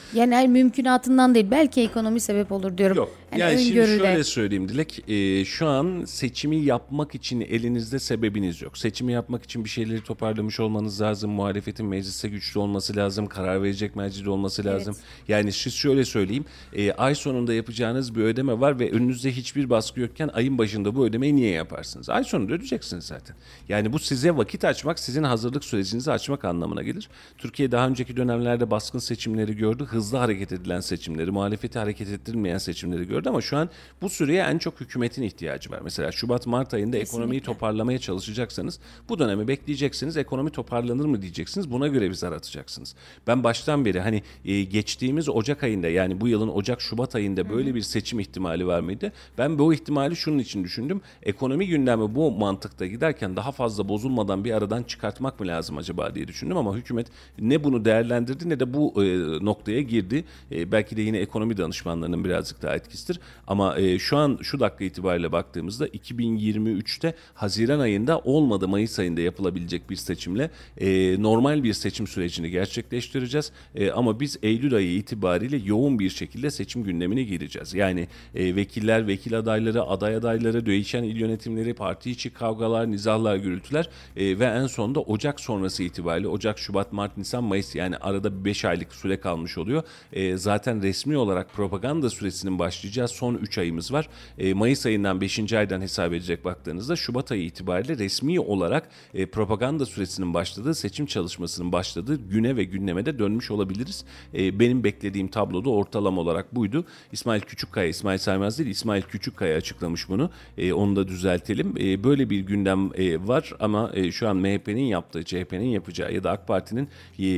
Yani mümkünatından değil. Belki ekonomi sebep olur diyorum. Yok. Yani şimdi şöyle söyleyeyim Dilek. Şu an seçimi yapmak için elinizde sebebiniz yok. Seçimi yapmak için bir şeyleri toparlamış olmanız lazım. Muhalefetin mecliste güçlü olması lazım. Karar verecek mercide olması lazım. Evet. Yani siz şöyle söyleyeyim. Ay sonunda yapacağınız bir ödeme var ve önünüzde hiçbir baskı yokken ayın başında bu ödemeyi niye yaparsınız? Ay sonunda ödeyeceksiniz zaten. Yani bu size vakit açmak, sizin hazırlık sürecinizi açmak anlamına gelir. Türkiye daha önceki dönemlerde baskın seçimleri gördü. Hızlı hareket edilen seçimleri, muhalefeti hareket ettirmeyen seçimleri gördü ama şu an bu süreye en çok hükümetin ihtiyacı var. Mesela Şubat-Mart ayında ekonomiyi toparlamaya çalışacaksanız bu dönemi bekleyeceksiniz. Ekonomi toparlanır mı diyeceksiniz. Buna göre bir zar atacaksınız. Ben baştan beri hani geçtiğimiz Ocak ayında, yani bu yılın Ocak-Şubat ayında böyle bir seçim ihtimali var mıydı? Ben bu ihtimali şunun için düşündüm. Ekonomi gündemi bu mantıkta giderken daha fazla bozulmadan bir aradan çıkartmak mı lazım acaba diye düşündüm ama hükümet ne bunu değerlendirdi ne de bu noktaya girdi. Belki de yine ekonomi danışmanlarının birazcık daha etkisidir. Ama şu an şu dakika itibariyle baktığımızda 2023'te Haziran ayında olmadı Mayıs ayında yapılabilecek bir seçimle normal bir seçim sürecini gerçekleştireceğiz. Ama biz Eylül ayı itibariyle yoğun bir şekilde seçim gündemine gireceğiz. Yani vekiller, vekil adayları, aday adayları, değişen il yönetimleri, parti içi kavgalar, nizahlar, gürültüler ve en sonunda Ocak sonrası itibariyle Ocak, Şubat, Mart, Nisan, Mayıs, yani arada 5 aylık süre kalmış oluyor. Zaten resmi olarak propaganda süresinin başlayacağı son 3 ayımız var. Mayıs ayından 5. aydan hesap edecek baktığınızda Şubat ayı itibariyle resmi olarak propaganda süresinin başladığı, seçim çalışmasının başladığı güne ve gündeme de dönmüş olabiliriz. Benim beklediğim tabloda ortalama olarak buydu. İsmail Küçükkaya, İsmail Saymaz değil, İsmail Küçükkaya açıklamış bunu. Onu da düzeltelim. Böyle bir gündem var ama şu an MHP'nin yaptığı, CHP'nin yapacağı ya da AK Parti'nin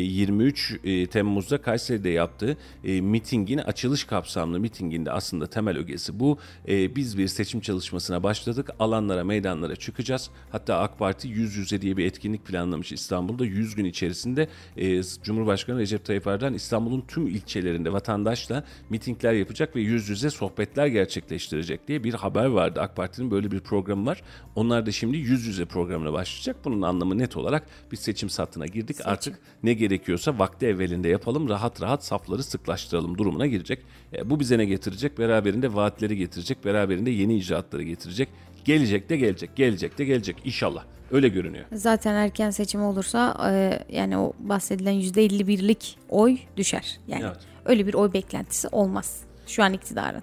23 Temmuz'da Kayseri'de yaptığı mitingin, açılış kapsamlı mitinginde aslında temel ögesi bu. Biz bir seçim çalışmasına başladık. Alanlara, meydanlara çıkacağız. Hatta AK Parti yüz yüze diye bir etkinlik planlamış İstanbul'da. 100 gün içerisinde Cumhurbaşkanı Recep Tayyip Erdoğan İstanbul'un tüm ilçelerinde vatandaşla mitingler yapacak ve yüz yüze sohbetler gerçekleştirecek diye bir haber vardı. AK Parti'nin böyle bir programı var. Onlar da şimdi yüz yüze programına başlayacak. Bunun anlamı net olarak biz seçim sattına girdik. Artık ne gerekiyorsa vakti evvelinde yapalım, rahat rahat safları sıklaştıralım durumuna girecek. Bu bize ne getirecek? Beraberinde vaatleri getirecek, beraberinde yeni icraatları getirecek. Gelecek de gelecek, gelecek de gelecek inşallah. Öyle görünüyor. Zaten erken seçim olursa yani o bahsedilen %51'lik oy düşer. Yani evet. Öyle bir oy beklentisi olmaz şu an iktidarın.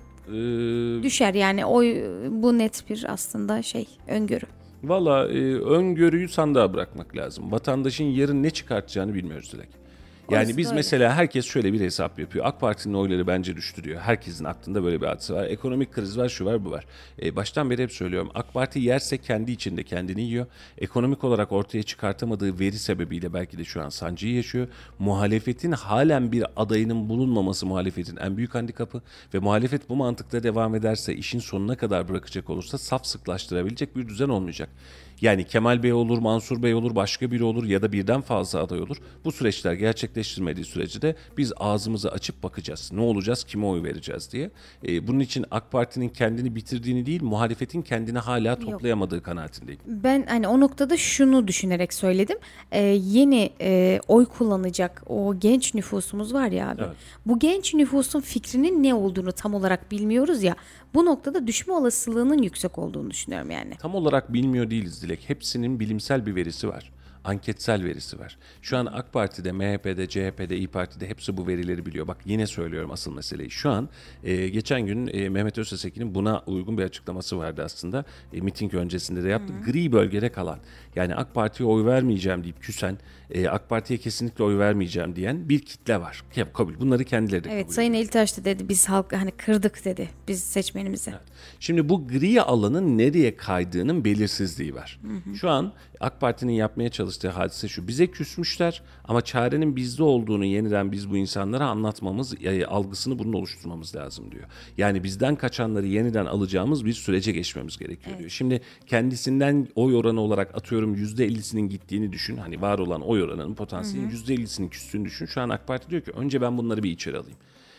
Düşer yani oy, bu net bir aslında öngörü. Valla öngörüyü sandığa bırakmak lazım. Vatandaşın yarın ne çıkartacağını bilmiyoruz Dilek. Yani biz mesela herkes şöyle bir hesap yapıyor. AK Parti'nin oyları bence düştü diyor. Herkesin aklında böyle bir hadise var. Ekonomik kriz var, şu var, bu var. Baştan beri hep söylüyorum. AK Parti yerse kendi içinde kendini yiyor. Ekonomik olarak ortaya çıkartamadığı veri sebebiyle belki de şu an sancıyı yaşıyor. Muhalefetin halen bir adayının bulunmaması muhalefetin en büyük handikapı. Ve muhalefet bu mantıkta devam ederse, işin sonuna kadar bırakacak olursa saf sıklaştırabilecek bir düzen olmayacak. Yani Kemal Bey olur, Mansur Bey olur, başka biri olur ya da birden fazla aday olur. Bu süreçler gerçekleştirmediği sürece de biz ağzımızı açıp bakacağız. Ne olacağız, kime oy vereceğiz diye. Bunun için AK Parti'nin kendini bitirdiğini değil, muhalefetin kendini hala toplayamadığı kanaatindeyim. Ben hani o noktada şunu düşünerek söyledim. Yeni oy kullanacak o genç nüfusumuz var ya abi. Evet. Bu genç nüfusun fikrinin ne olduğunu tam olarak bilmiyoruz ya. Bu noktada düşme olasılığının yüksek olduğunu düşünüyorum yani. Tam olarak bilmiyor değiliz Dilek. Hepsinin bilimsel bir verisi var. Anketsel verisi var. Şu an AK Parti'de, MHP'de, CHP'de, İYİ Parti'de hepsi bu verileri biliyor. Bak yine söylüyorum asıl meseleyi. Şu an geçen gün Mehmet Öztesekin'in buna uygun bir açıklaması vardı aslında. Miting öncesinde de yaptı. Gri bölgede kalan, yani AK Parti'ye oy vermeyeceğim deyip küsen, AK Parti'ye kesinlikle oy vermeyeceğim diyen bir kitle var. Kabul. Bunları kendileri de kabul ediyor. Sayın Elitaş da dedi, biz halk kırdık dedi biz seçmenimizi. Evet. Şimdi bu gri alanın nereye kaydığının belirsizliği var. Şu an AK Parti'nin yapmaya çalıştığı hadise şu: bize küsmüşler ama çarenin bizde olduğunu yeniden biz bu insanlara anlatmamız, algısını bunun oluşturmamız lazım diyor. Yani bizden kaçanları yeniden alacağımız bir sürece geçmemiz gerekiyor diyor. Şimdi kendisinden oy oranı olarak atıyorum %50'sinin gittiğini düşün. Hani var olan oy oranının potansiyelin %50'sinin küstüğünü düşün. Şu an AK Parti diyor ki önce ben bunları bir içeri alayım.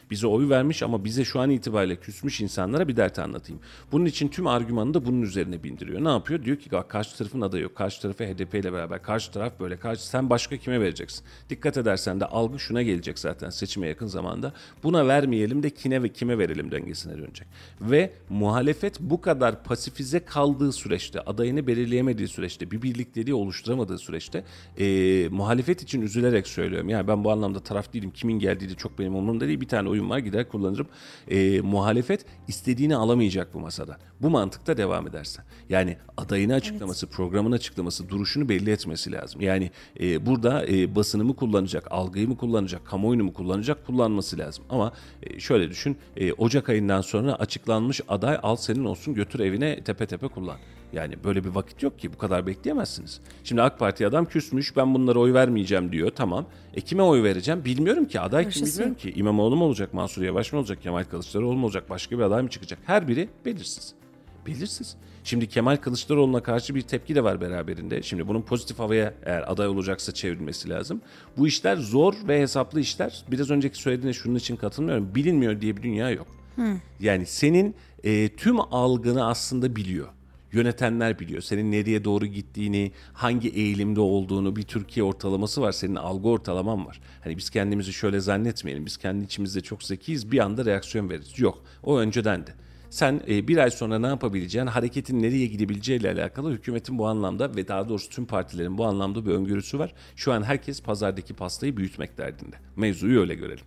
Bize oy vermiş ama bize şu an itibariyle küsmüş insanlara bir dert anlatayım. Bunun için tüm argümanı da bunun üzerine bindiriyor. Ne yapıyor? Diyor ki karşı tarafın adayı yok. Karşı tarafı HDP ile beraber. Karşı taraf böyle. Sen başka kime vereceksin? Dikkat edersen de algı şuna gelecek zaten seçime yakın zamanda. Buna vermeyelim de kime verelim dengesine dönecek. Ve muhalefet bu kadar pasifize kaldığı süreçte, adayını belirleyemediği süreçte, bir birlikteliği oluşturamadığı süreçte muhalefet için üzülerek söylüyorum. Yani ben bu anlamda taraf değilim. Kimin geldiği de çok benim umurumda değil. Bir tane oyun var, gider kullanırım. Muhalefet istediğini alamayacak bu masada. Bu mantıkta devam ederse. Yani adayını açıklaması, programını açıklaması, duruşunu belli etmesi lazım. Yani burada basını mı kullanacak, algıyı mı kullanacak, kamuoyunu mu kullanacak, kullanması lazım. Ama şöyle düşün, Ocak ayından sonra açıklanmış aday al senin olsun, götür evine, tepe tepe kullan. Yani böyle bir vakit yok ki, bu kadar bekleyemezsiniz. Şimdi AK Parti adam küsmüş, ben bunlara oy vermeyeceğim diyor, tamam. Kime oy vereceğim bilmiyorum ki, aday kim bilmiyorum ki. İmamoğlu mu olacak, Mansur Yavaş mı olacak, Kemal Kılıçdaroğlu mu olacak, başka bir aday mı çıkacak? Her biri belirsiz. Belirsiz. Şimdi Kemal Kılıçdaroğlu'na karşı bir tepki de var beraberinde. Şimdi bunun pozitif havaya eğer aday olacaksa çevrilmesi lazım. Bu işler zor ve hesaplı işler. Biraz önceki söylediğine şunun için katılmıyorum. Bilinmiyor diye bir dünya yok. Yani senin tüm algını aslında biliyor. Yönetenler biliyor. Senin nereye doğru gittiğini, hangi eğilimde olduğunu, bir Türkiye ortalaması var. Senin algı ortalaman var. Hani biz kendimizi şöyle zannetmeyelim. Biz kendi içimizde çok zekiyiz. Bir anda reaksiyon veririz. Yok. O öncedendi. Sen bir ay sonra ne yapabileceğin, hareketin nereye gidebileceğiyle alakalı hükümetin bu anlamda ve daha doğrusu tüm partilerin bu anlamda bir öngörüsü var. Şu an herkes pazardaki pastayı büyütmek derdinde. Mevzuyu öyle görelim.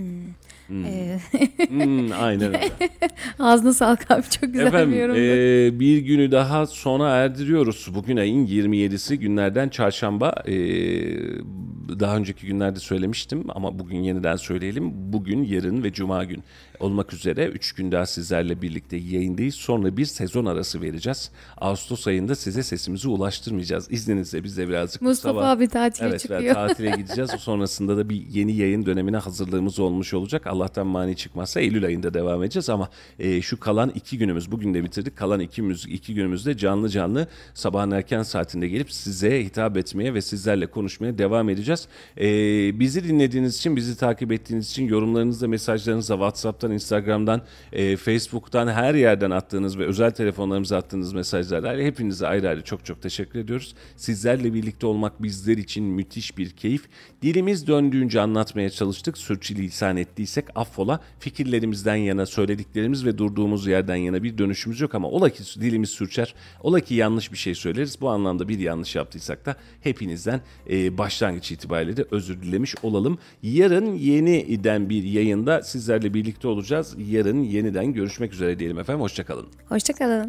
Aynen öyle. Ağzına sağlık abi, çok güzel bir yorumdu. Bir günü daha sona erdiriyoruz. Bugün ayın 27'si, günlerden çarşamba. Daha önceki günlerde söylemiştim ama bugün yeniden söyleyelim. Bugün, yarın ve cuma gün olmak üzere 3 gün daha sizlerle birlikte yayındayız. Sonra bir sezon arası vereceğiz. Ağustos ayında size sesimizi ulaştırmayacağız. İzninizle biz de birazcık Mustafa abi tatile çıkıyor. Evet, tatile gideceğiz. Sonrasında da bir yeni yayın dönemine hazırlığımız olmuş olacak. Allah'tan mani çıkmazsa Eylül ayında devam edeceğiz ama şu kalan 2 günümüz, bugün de bitirdik. Kalan 2 günümüzde canlı sabahın erken saatinde gelip size hitap etmeye ve sizlerle konuşmaya devam edeceğiz. Bizi dinlediğiniz için, bizi takip ettiğiniz için, yorumlarınızla, mesajlarınızla WhatsApp'tan, Instagram'dan, Facebook'tan, her yerden attığınız ve özel telefonlarımıza attığınız mesajlarla hepinize ayrı ayrı çok teşekkür ediyoruz. Sizlerle birlikte olmak bizler için müthiş bir keyif. Dilimiz döndüğünce anlatmaya çalıştık. Sürçülisan ettiysek affola. Fikirlerimizden yana, söylediklerimiz ve durduğumuz yerden yana bir dönüşümüz yok ama ola ki dilimiz sürçer, ola ki yanlış bir şey söyleriz. Bu anlamda bir yanlış yaptıysak da hepinizden başlangıç itibariyle de özür dilemiş olalım. Yarın yeniden bir yayında sizlerle birlikte olacağız. Yarın yeniden görüşmek üzere diyelim efendim. Hoşçakalın. Hoşçakalın.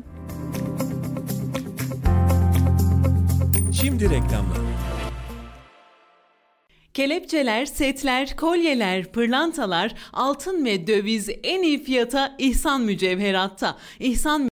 Şimdi reklamlar. Kelepçeler, setler, kolyeler, pırlantalar, altın ve döviz en iyi fiyata İhsan Mücevherat'ta. İhsan